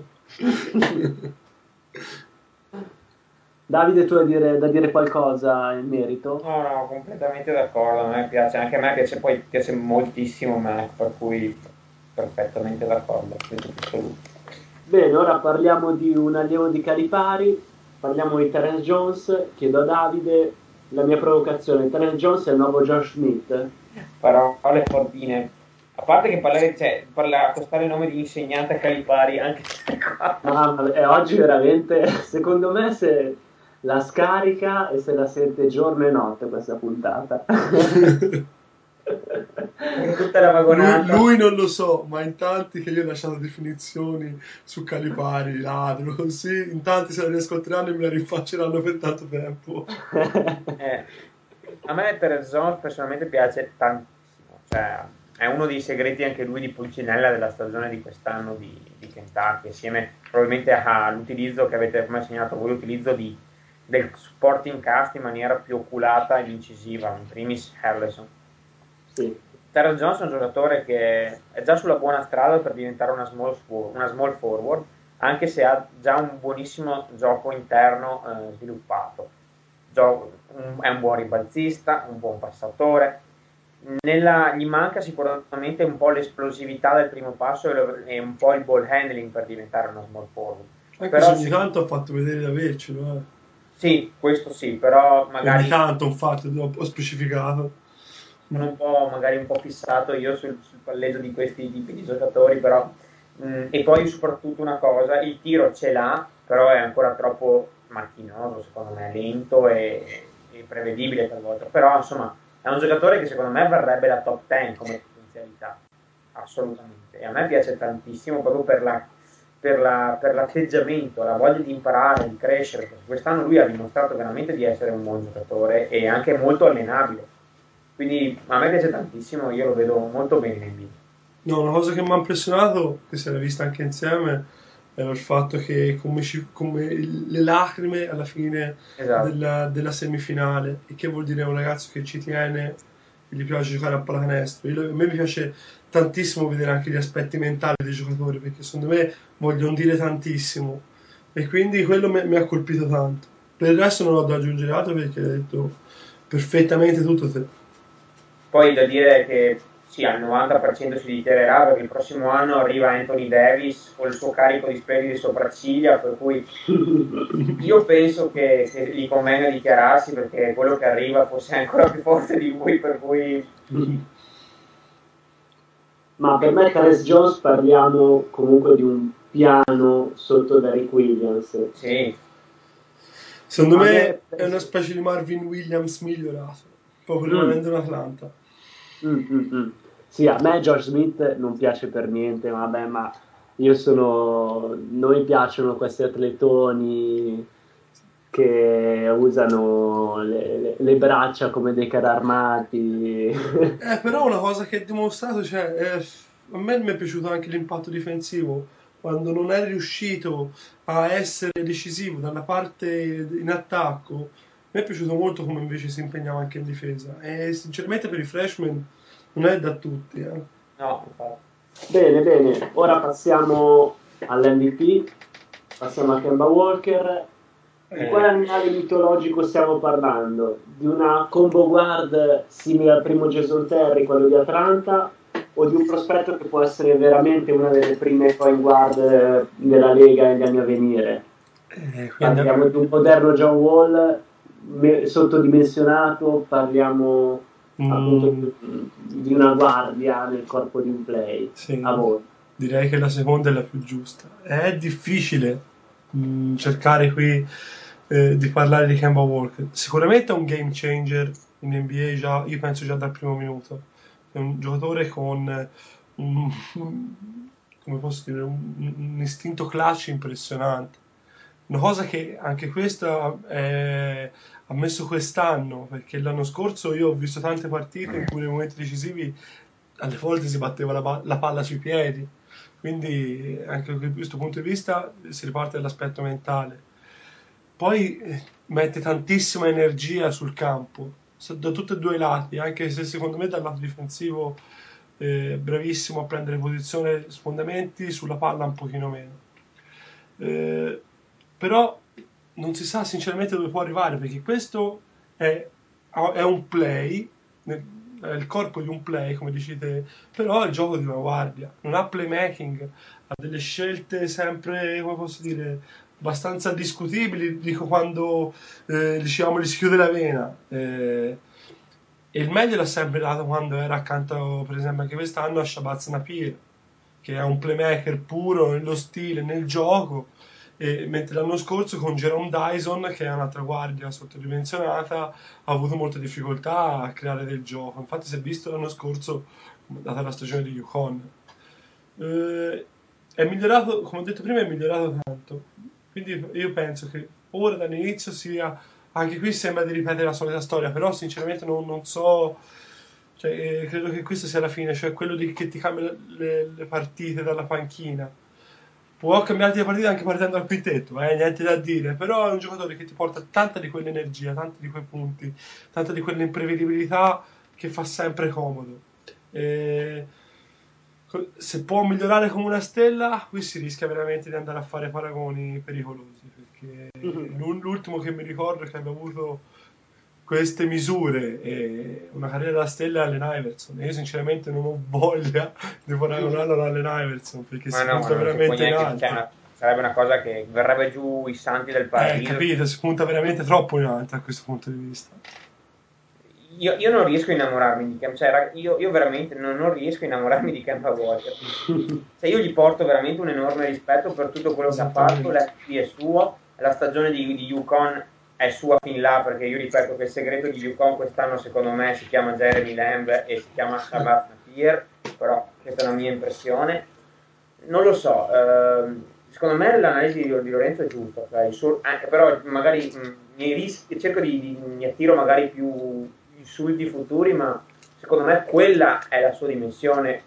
Davide, tu hai dire- da dire qualcosa in merito? No, no, completamente d'accordo, a me piace, anche a me piace, poi piace moltissimo Mac, per cui perfettamente d'accordo, questo assoluto. Bene, ora parliamo di un allievo di Calipari, parliamo di Terence Jones. Chiedo a Davide la mia provocazione: Terence Jones è il nuovo Josh Smith? Parole fortine. A parte che parlare, cioè, parla, accostare il nome di insegnante a Calipari, anche se qua. Ah, ma- e oggi veramente, secondo me, se la scarica e se la sente giorno e notte questa puntata. Perché tutta la Lui, vagonata. lui non lo so, ma in tanti che io ho lasciato definizioni su Calipari, ladro, sì, in tanti se la riascolteranno e me la rinfacceranno per tanto tempo. Eh, a me Terence Jones personalmente piace tantissimo, cioè è uno dei segreti anche lui di Pulcinella della stagione di quest'anno di, di Kentucky, assieme probabilmente all'utilizzo che avete come segnato voi, l'utilizzo di, del supporting cast in maniera più oculata ed incisiva, in primis Harrison. Sì, Terrell Jones è un giocatore che è già sulla buona strada per diventare una small, for- una small forward, anche se ha già un buonissimo gioco interno eh, sviluppato. Gio- un- è un buon ribalzista, un buon passatore. Nella- gli manca sicuramente un po' l'esplosività del primo passo e, lo- e un po' il ball handling per diventare una small forward. Anche se Però ogni sì, tanto ha fatto vedere di avercelo, eh. sì, questo sì, però Ogni magari tanto, infatti, ho ho specificato. sono un po' magari un po' fissato io sul, sul palleggio di questi tipi di giocatori, però mh, e poi soprattutto una cosa, il tiro ce l'ha, però è ancora troppo macchinoso, secondo me, lento e, e prevedibile talvolta, però insomma è un giocatore che secondo me varrebbe la top dieci come potenzialità, assolutamente, e a me piace tantissimo proprio per la per, la, per l'atteggiamento, la voglia di imparare, di crescere, perché quest'anno lui ha dimostrato veramente di essere un buon giocatore e anche molto allenabile. Quindi a me piace tantissimo, io lo vedo molto bene in N B A. No, una cosa che mi ha impressionato, che si era vista anche insieme, era il fatto che come, ci- come il- le lacrime alla fine Esatto. della, della semifinale, e che vuol dire un ragazzo che ci tiene e gli piace giocare a pallacanestro. Io- a me mi piace tantissimo vedere anche gli aspetti mentali dei giocatori, perché secondo me vogliono dire tantissimo, e quindi quello mi, mi ha colpito tanto. Per il resto non ho da aggiungere altro perché hai detto perfettamente tutto te. Poi da dire che sì, al novanta per cento si dichiarerà perché il prossimo anno arriva Anthony Davis con il suo carico di splendide sopracciglia, per cui io penso che, che gli convenga dichiararsi perché quello che arriva forse è ancora più forte di lui, per cui Ma per me Terence Jones parliamo comunque di un piano sotto Derrick Williams. sì, Secondo A me me è una penso... specie di Marvin Williams migliorato, proprio Mm, rimanendo in Atlanta. mm, mm, mm. Sì, a me George Smith non piace per niente, vabbè, ma io sono... Noi piacciono questi atletoni che usano le, le- le braccia come dei carri armati. Eh, però una cosa che ha dimostrato, cioè, eh, a me mi è piaciuto anche l'impatto difensivo, quando non è riuscito a essere decisivo dalla parte in attacco. Mi è piaciuto molto come invece si impegnava anche in difesa, e sinceramente per i freshman non è da tutti, eh. no, infatti. Bene, bene, ora passiamo all'M V P, passiamo a Kemba Walker. Di quale Eh, animale mitologico stiamo parlando? Di una combo guard simile al primo Jason Terry, quello di Atlanta, o di un prospetto che può essere veramente una delle prime point guard eh, della Lega negli anni a venire? eh, quindi Parliamo di un moderno John Wall me- sottodimensionato, parliamo appunto mm, di, di una guardia nel corpo di un play. A sì, voi. direi che la seconda è la più giusta. È difficile mm, cercare qui eh, di parlare di Kemba Walker. Sicuramente è un game changer in N B A già, io penso già dal primo minuto. È un giocatore con un, un- come posso dire, un, un istinto clutch impressionante. Una cosa che anche questa è, ha messo quest'anno, perché l'anno scorso io ho visto tante partite in cui nei momenti decisivi alle volte si batteva la, pa- la palla sui piedi, quindi anche da questo punto di vista si riparte dall'aspetto mentale. Poi eh, mette tantissima energia sul campo, so- da tutti e due i lati, anche se secondo me dal lato difensivo eh, bravissimo a prendere posizione su fondamenti, sulla palla un pochino meno. Eh, però non si sa sinceramente dove può arrivare, perché questo è, è un play, è il corpo di un play, come dicete, però è il gioco di una guardia, non ha playmaking, ha delle scelte sempre, come posso dire, abbastanza discutibili, dico quando eh, diciamo gli si chiude la vena. Eh, e il meglio l'ha sempre dato quando era accanto, per esempio anche quest'anno, a Shabazz Napier, che è un playmaker puro nello stile, nel gioco, e mentre l'anno scorso con Jerome Dyson, che è un'altra guardia sottodimensionata, ha avuto molte difficoltà a creare del gioco. Infatti si è visto l'anno scorso, data la stagione di UConn. Eh, è migliorato, come ho detto prima, è migliorato tanto. Quindi io penso che ora dall'inizio sia, anche qui sembra di ripetere la solita storia, però sinceramente non, non so, cioè, eh, credo che questa sia la fine, cioè quello di, che ti cambia le, le partite dalla panchina. Può cambiarti le partite anche partendo dal quintetto, eh, niente da dire, però è un giocatore che ti porta tanta di quell'energia, tanti di quei punti, tanta di quell'imprevedibilità che fa sempre comodo. E se può migliorare come una stella, qui si rischia veramente di andare a fare paragoni pericolosi, perché l'ultimo che mi ricordo che abbia avuto queste misure e una carriera da stella è Allen Iverson, e io sinceramente non ho voglia di paragonarlo ad Allen Iverson, perché Ma si no, ma punta non si può veramente in neanche, cioè, alto. una- sarebbe una cosa che verrebbe giù i santi del Eh, paradiso. capito, si punta veramente troppo in alto a questo punto di vista. Io, io non riesco a innamorarmi di Kemba, cioè, ra- io, io veramente non, non riesco a innamorarmi di Kemba Walker. Cioè, io gli porto veramente un enorme rispetto per tutto quello che ha fatto, Esattamente. l'F P è suo, la stagione di, di UConn è sua fin là, perché io ripeto che il segreto di UConn quest'anno secondo me si chiama Jeremy Lamb e si chiama Shabazz Napier, però questa è una mia impressione. Non lo so, ehm, secondo me l'analisi di, di Lorenzo è giusta, cioè, il suo- eh, però magari mh, mi rischi- cerco di, di- mi attiro magari più insulti futuri, ma secondo me quella è la sua dimensione,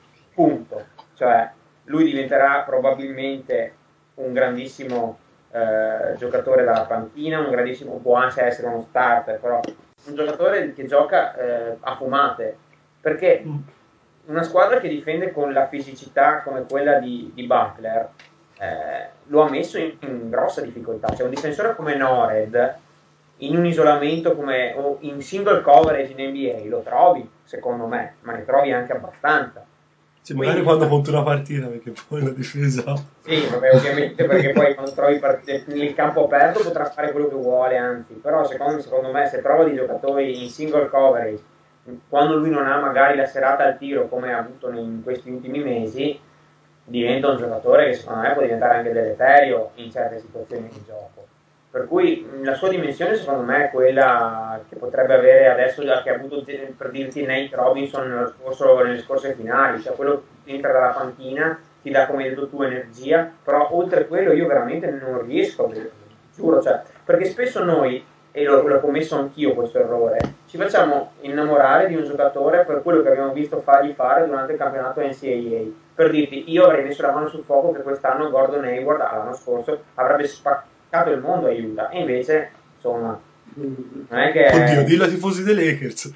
punto. Cioè, lui diventerà probabilmente un grandissimo eh, giocatore dalla panchina, un grandissimo, può anche essere uno starter, però un giocatore che gioca eh, a fumate, perché Mm. una squadra che difende con la fisicità come quella di, di Butler eh, lo ha messo in, in grossa difficoltà. Cioè un difensore come Nored in un isolamento come o in single coverage in N B A lo trovi, secondo me, ma ne trovi anche abbastanza. Sì, magari Quindi quando conta una partita, perché poi la difesa... sì, vabbè, ovviamente perché poi quando trovi part- nel campo aperto potrà fare quello che vuole, anzi, però secondo, secondo me se trova dei giocatori in single coverage, quando lui non ha magari la serata al tiro come ha avuto in questi ultimi mesi, diventa un giocatore che secondo me può diventare anche deleterio in certe situazioni di gioco. Per cui mh, la sua dimensione secondo me è quella che potrebbe avere adesso, che ha avuto per dirti Nate Robinson nello scorso, nelle scorse finali, cioè quello che entra dalla panchina ti dà, come hai detto tu, energia, però oltre a quello io veramente non riesco a vederlo, giuro, cioè, perché spesso noi, e l'ho, l'ho commesso anch'io questo errore, ci facciamo innamorare di un giocatore per quello che abbiamo visto fargli fare durante il campionato N C A A. Per dirti, io avrei messo la mano sul fuoco che quest'anno Gordon Hayward, l'anno scorso, avrebbe spaccato il mondo a Utah, e invece, insomma, non è Oddio, che... dillo ai tifosi dei Lakers.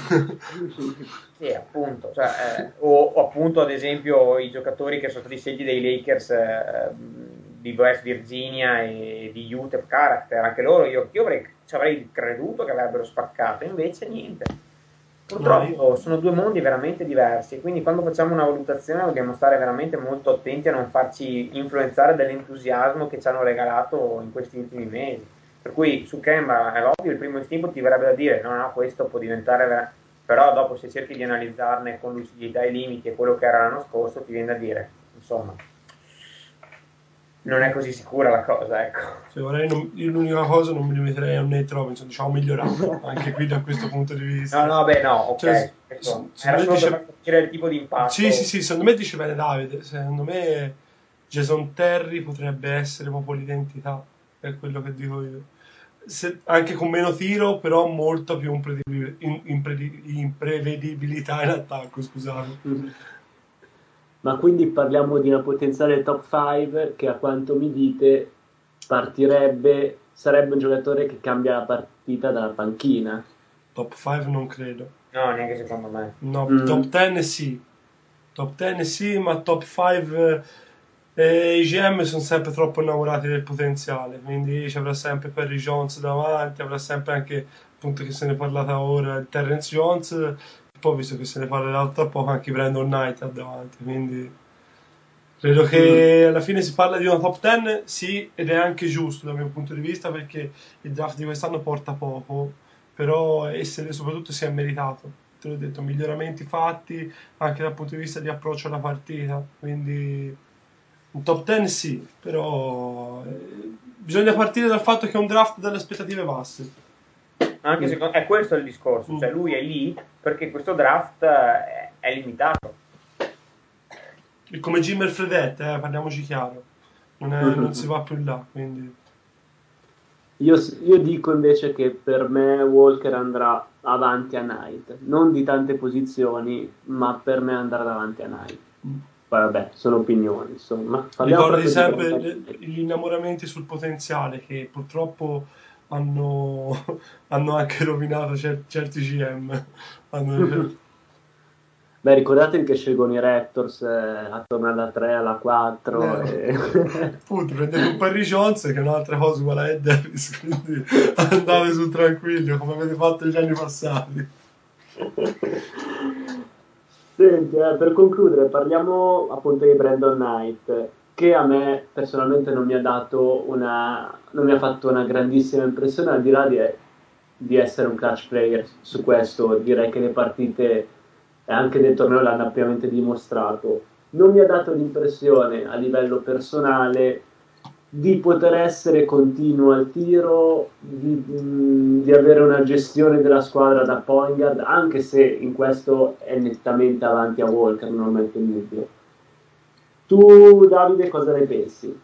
Sì, appunto, cioè, eh, o, o appunto ad esempio i giocatori che sono stati scelti dai Lakers eh, di West Virginia e di Utah Character, anche loro io, io avrei, ci avrei creduto che avrebbero spaccato, invece niente. No, io... Purtroppo sono due mondi veramente diversi, quindi quando facciamo una valutazione dobbiamo stare veramente molto attenti a non farci influenzare dall'entusiasmo che ci hanno regalato in questi ultimi mesi. Per cui su Kemba è ovvio, il primo istinto ti verrebbe da dire no, no, questo può diventare vera-", però dopo se cerchi di analizzarne con lucidità i limiti e quello che era l'anno scorso ti viene da dire, insomma, non è così sicura la cosa, ecco. Cioè, vorrei non- io l'unica cosa non mi limiterei a un Nate Robinson, diciamo migliorato, anche qui da questo punto di vista. No, no, beh, no, ok. Cioè, s- Questo s- era secondo me solo per dice... far capire il tipo di Sì, sì, impatto. sì, secondo me dice bene Davide, secondo me Jason Terry potrebbe essere proprio l'identità, è quello che dico io. Se- anche con meno tiro, però molto più imprevedibil- in- impredi- imprevedibilità in attacco, scusate. Ma quindi parliamo di una potenziale top cinque che a quanto mi dite partirebbe, sarebbe un giocatore che cambia la partita dalla panchina. Top cinque non credo. No, neanche secondo me. No, Mm. top dieci sì. Top dieci sì, ma top cinque eh, i G M sono sempre troppo innamorati del potenziale, quindi ci avrà sempre Perry Jones davanti, avrà sempre anche, appunto che se ne è parlata ora, il Terrence Jones, poi visto che se ne parlerà tra poco anche Brandon Knight davanti, quindi credo che alla fine si parla di una top dieci, sì, ed è anche giusto dal mio punto di vista perché il draft di quest'anno porta poco, però essere soprattutto si è meritato, te l'ho detto, miglioramenti fatti anche dal punto di vista di approccio alla partita, quindi un top dieci sì, però eh, bisogna partire dal fatto che è un draft dalle aspettative basse. Anche secondo è questo il discorso, Mm. cioè lui è lì perché questo draft è, è limitato. E come Jimmer Fredette, eh, parliamoci chiaro, non, è- non si va più in là, quindi... Io, io dico invece che per me Walker andrà avanti a Knight, non di tante posizioni, ma per me andrà davanti a Knight. mm. Poi vabbè, sono opinioni, insomma. Parliamo Ricordi proprio di sempre Brandon le- Knight. gli innamoramenti sul potenziale che purtroppo hanno, hanno anche rovinato cer- certi G M. Hanno- Beh, ricordatevi che scelgono i Raptors eh, attorno alla tre, alla quattro. eh, E... appunto, prendete un Perry Jones che è un'altra cosa uguale a Ed Davis, quindi andate su tranquillo come avete fatto gli anni passati. Senti, eh, per concludere, parliamo appunto di Brandon Knight, che a me personalmente non mi ha dato una, non mi ha fatto una grandissima impressione, al di là di, di essere un clutch player. Su questo direi che le partite e anche nel torneo l'hanno ampiamente dimostrato. Non mi ha dato l'impressione a livello personale di poter essere continuo al tiro, di, mh, di avere una gestione della squadra da point guard, anche se in questo è nettamente avanti a Walker, non metto in dubbio. Tu, Davide, cosa ne pensi?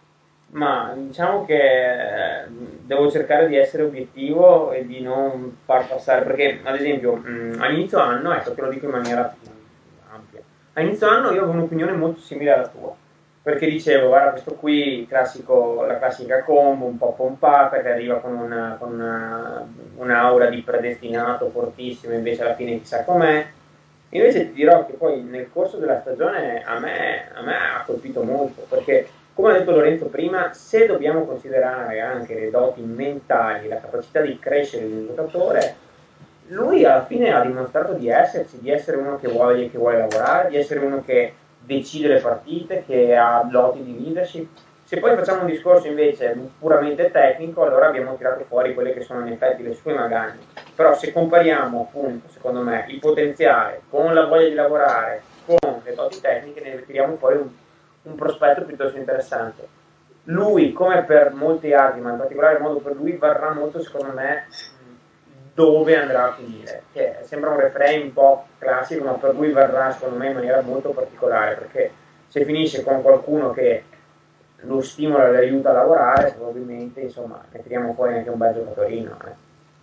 Ma diciamo che eh, devo cercare di essere obiettivo e di non far passare, perché ad esempio mh, a inizio anno, ecco te lo dico in maniera più ampia, a inizio anno io avevo un'opinione molto simile alla tua, perché dicevo guarda questo qui, classico, la classica combo un po' pompata che arriva con, una, con una, un'aura di predestinato fortissimo, invece alla fine chissà com'è. Invece ti dirò che poi nel corso della stagione a me, a me ha colpito molto, perché come ha detto Lorenzo prima, se dobbiamo considerare anche le doti mentali, la capacità di crescere di un giocatore, lui alla fine ha dimostrato di esserci, di essere uno che vuole, che vuole lavorare, di essere uno che decide le partite, che ha doti di leadership. Se poi facciamo un discorso invece puramente tecnico, allora abbiamo tirato fuori quelle che sono in effetti le sue magagne. Però se compariamo appunto, secondo me, il potenziale con la voglia di lavorare, con le doti tecniche, ne tiriamo fuori un un prospetto piuttosto interessante. Lui, come per molti altri, ma in particolare modo per lui, varrà molto, secondo me, dove andrà a finire. Che sembra un refrain un po' classico, ma per lui varrà, secondo me, in maniera molto particolare, perché se finisce con qualcuno che lo stimola e lo aiuta a lavorare, probabilmente, insomma, ne tiriamo fuori anche un bel giocatorino. Eh.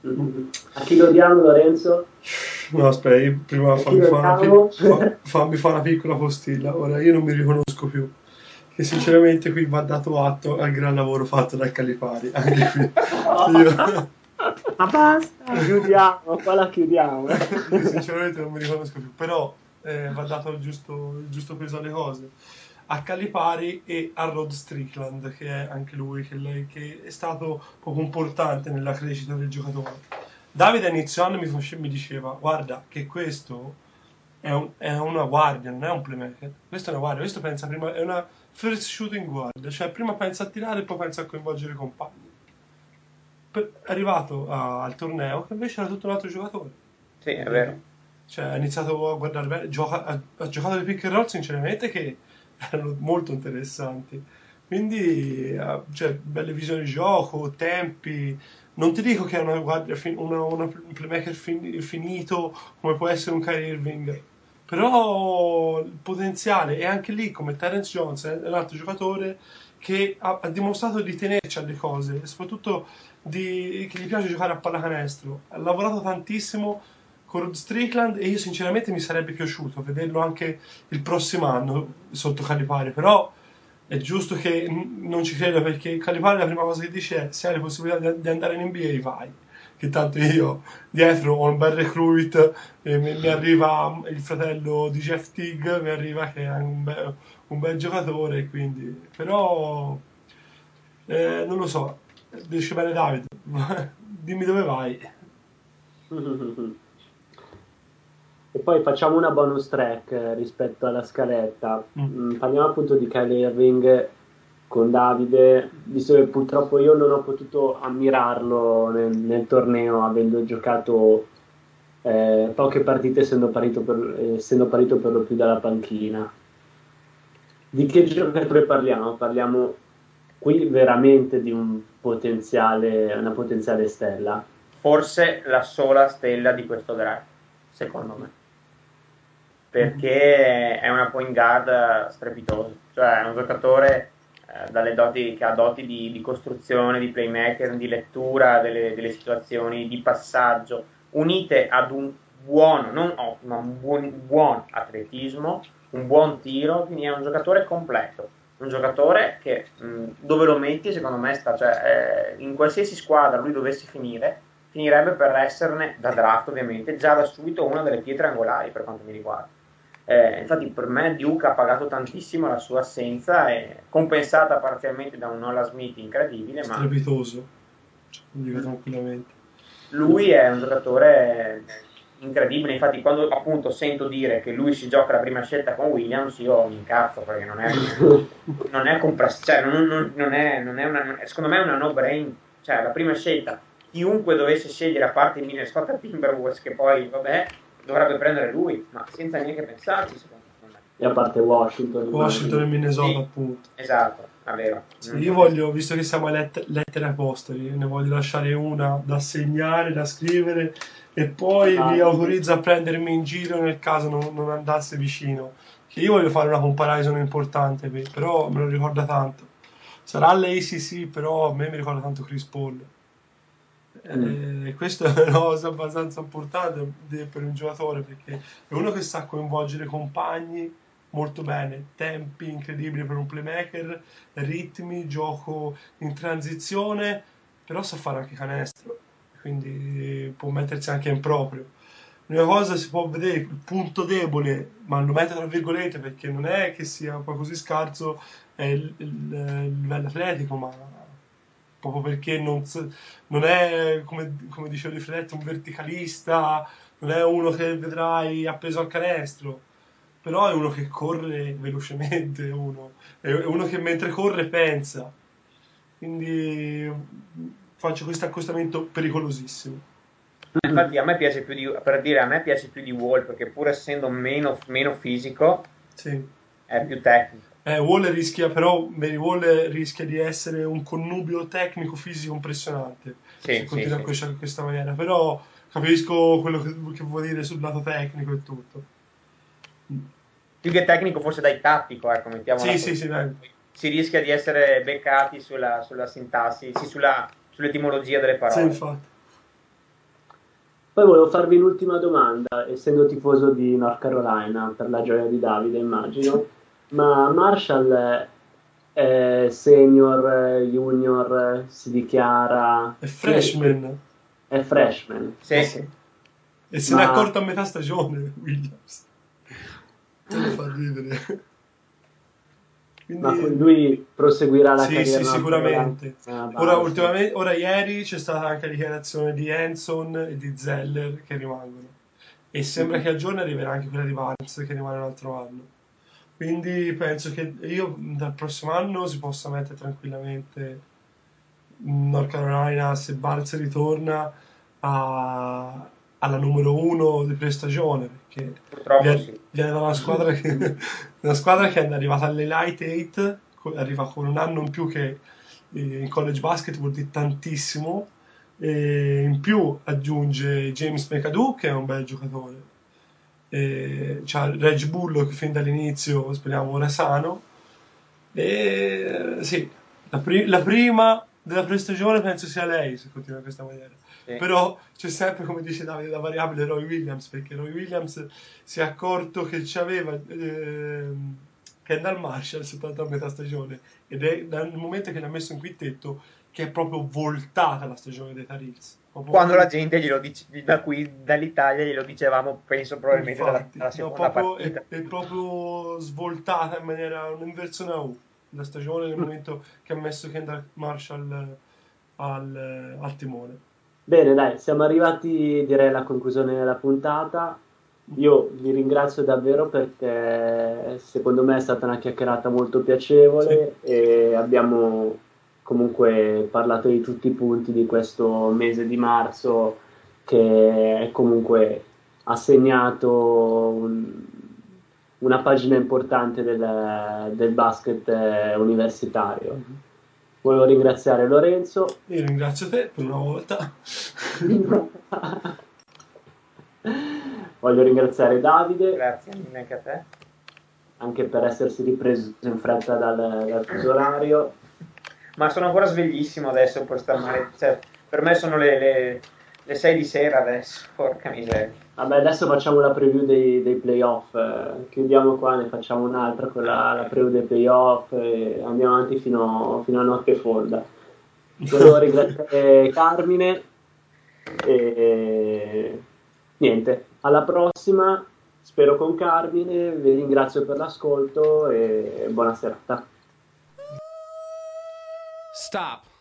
A chi lo diamo, Lorenzo? No, aspetta, io prima A chi fammi lo fare una, diamo? pi- fa- fammi fare una piccola postilla. Ora, io non mi riconosco più. Che sinceramente qui va dato atto al gran lavoro fatto dal Calipari. Anche qui. Io, Ma basta! Chiudiamo, qua la chiudiamo. io sinceramente non mi riconosco più. Però eh, va dato il giusto, il giusto peso alle cose. A Calipari e a Rod Strickland, che è anche lui, che, lei, che è stato poco importante nella crescita del giocatore. Davide a inizio anno mi, face- mi diceva, guarda che questo è, un- è una guardia, non è un playmaker. Questo è una guardia, questo pensa prima, è una first shooting guard, cioè prima pensa a tirare e poi pensa a coinvolgere i compagni. Per- è arrivato a- al torneo che invece era tutto un altro giocatore. Sì, è vero. Cioè ha iniziato a guardare bene, gioca- ha, ha giocato dei pick and roll sinceramente che erano molto interessanti. Quindi, eh, cioè, belle visioni di gioco, tempi. Non ti dico che è una guardia fin- una, una- un playmaker fin- finito come può essere un Kyrie Irving, però il potenziale è anche lì come Terence Jones, è un altro giocatore che ha, ha dimostrato di tenerci alle cose, e soprattutto di- che gli piace giocare a pallacanestro. Ha lavorato tantissimo con Rod Strickland e io sinceramente mi sarebbe piaciuto vederlo anche il prossimo anno sotto Calipari, però è giusto che n- non ci credo, perché Calipari la prima cosa che dice è: se hai le possibilità di, di andare in N B A vai, che tanto io dietro ho un bel recruit, e mi, mi arriva il fratello di Jeff Teague, mi arriva che è un, be- un bel giocatore, quindi però eh, non lo so, dice bene Davide, dimmi dove vai. E poi facciamo una bonus track eh, rispetto alla scaletta. Mm. Mm, parliamo appunto di Kyrie Irving con Davide, visto che purtroppo io non ho potuto ammirarlo nel, nel torneo, avendo giocato eh, poche partite, essendo partito per, essendo partito per lo più dalla panchina. Di che giocatore parliamo? Parliamo qui veramente di un potenziale, una potenziale stella. Forse la sola stella di questo draft, secondo me, perché è una point guard strepitosa, cioè è un giocatore eh, dalle doti, che ha doti di, di costruzione, di playmaker, di lettura delle, delle situazioni, di passaggio, unite ad un buon, non ottimo, ma un buon, buon atletismo, un buon tiro, quindi è un giocatore completo, un giocatore che mh, dove lo metti secondo me sta, cioè, eh, in qualsiasi squadra lui dovesse finire, finirebbe per esserne, da draft ovviamente, già da subito una delle pietre angolari per quanto mi riguarda. Eh, infatti per me Duke ha pagato tantissimo la sua assenza, e compensata parzialmente da un Nola Smith incredibile, ma Strepitoso, cioè, lo dico tranquillamente. lui è un giocatore incredibile. Infatti quando appunto sento dire che lui si gioca la prima scelta con Williams, io mi incazzo, perché non è, non è compras- cioè, non, non, non è, non è una, secondo me è una no brain, cioè la prima scelta chiunque dovesse scegliere, a parte i Minnesota Timberwolves, che poi vabbè dovrebbe prendere lui, ma senza neanche pensarci, secondo me. E a parte Washington, Washington e immagino. Minnesota, Sì, appunto. esatto, è vero. Sì, io voglio, visto che siamo a let- lettere apostoli, ne voglio lasciare una da segnare, da scrivere, e poi vi Ah, autorizzo a prendermi in giro nel caso non, non andasse vicino. Che io voglio fare una comparison importante, pe- però me lo ricorda tanto. Sarà l'A C C, però a me mi ricorda tanto Chris Paul. mm. E questa è una cosa abbastanza importante de- per un giocatore, perché è uno che sa coinvolgere i compagni molto bene, tempi incredibili per un playmaker, ritmi, gioco in transizione, però sa fare anche canestro, quindi può mettersi anche in proprio. L'unica cosa si può vedere, il punto debole, ma lo metto tra virgolette perché non è che sia poi così scarso, è il, il- il livello atletico, ma proprio perché non, s- non è, come, come diceva Di Fredetto, un verticalista, non è uno che vedrai appeso al canestro, però è uno che corre velocemente, uno, è uno che mentre corre pensa, quindi faccio questo accostamento pericolosissimo. Infatti a me piace più di, per dire, a me piace più di Wall, perché pur essendo meno, meno fisico Sì. è più tecnico. Eh, Wall rischia, però Mary Wall rischia di essere un connubio tecnico-fisico impressionante se Sì, sì, continua sì. in questa, in questa maniera, però capisco quello che, che vuol dire sul lato tecnico e tutto. Più che tecnico forse dai tattico, ecco, mettiamola Sì, sì, così. sì, dai. Si rischia di essere beccati sulla, sulla sintassi, sì, sulla, sull'etimologia delle Sì, parole. infatti. Poi volevo farvi l'ultima domanda, essendo tifoso di North Carolina, per la gioia di Davide, immagino. Ma Marshall è è senior, eh, junior, eh, si dichiara, È che, che- freshman. è freshman, Sì, Sì. sì. E se n'è ma, accorto a metà stagione, Williams. Quello fa ridere. ma Quindi, lui proseguirà la sì, carriera sì, in North Carolina? sicuramente. Ah, Ora, basta. ultimamente, ora ieri c'è stata anche la dichiarazione di Hanson e di Zeller che rimangono. E sembra che a giorni arriverà anche quella di Barnes che rimane un altro anno. Quindi penso che io dal prossimo anno si possa mettere tranquillamente in North Carolina, se Barnes ritorna, a- alla numero uno di prestagione, perché Purtroppo viene, sì. viene da una squadra che, una squadra che è arrivata all'Elite otto arriva con un anno in più che eh, in college basket vuol dire tantissimo, e in più aggiunge James McAdoo che è un bel giocatore, e c'ha Reg Bullock fin dall'inizio, speriamo ora sano, e sì, la, pri- la prima della prestagione penso sia lei se continua in questa maniera. Sì. Però c'è sempre, come dice Davide, la variabile Roy Williams, perché Roy Williams si è accorto che c'aveva ehm, Kendall Marshall soltanto a metà stagione, ed è dal momento che l'ha messo in quintetto che è proprio voltata la stagione dei Tar Heels. Proprio Quando la vol- gente glielo dice, da qui, dall'Italia glielo dicevamo, penso probabilmente dalla, Infatti, dalla no, seconda proprio, partita. è, è proprio svoltata in maniera un'inversione a U la stagione nel momento che ha messo Kendall Marshall al, al timone. Bene, dai, siamo arrivati direi alla conclusione della puntata. Io vi ringrazio davvero perché secondo me è stata una chiacchierata molto piacevole e abbiamo comunque parlato di tutti i punti di questo mese di marzo che comunque ha segnato un- una pagina importante del, del basket eh, universitario. Volevo ringraziare Lorenzo. Io ringrazio te per una volta. Voglio ringraziare Davide Grazie mille anche a te. anche per essersi ripreso in fretta dal, dal fuso orario. Ma sono ancora sveglissimo adesso per sta male... cioè, per me sono le, le, le sei di sera adesso, porca miseria. Vabbè, adesso facciamo la preview dei, dei playoff, eh, chiudiamo qua, ne facciamo un'altra con la, la preview dei playoff e andiamo avanti fino, fino a notte fonda. Volevo ringraziare Carmine e niente, alla prossima, spero con Carmine, vi ringrazio per l'ascolto e buona serata. Stop.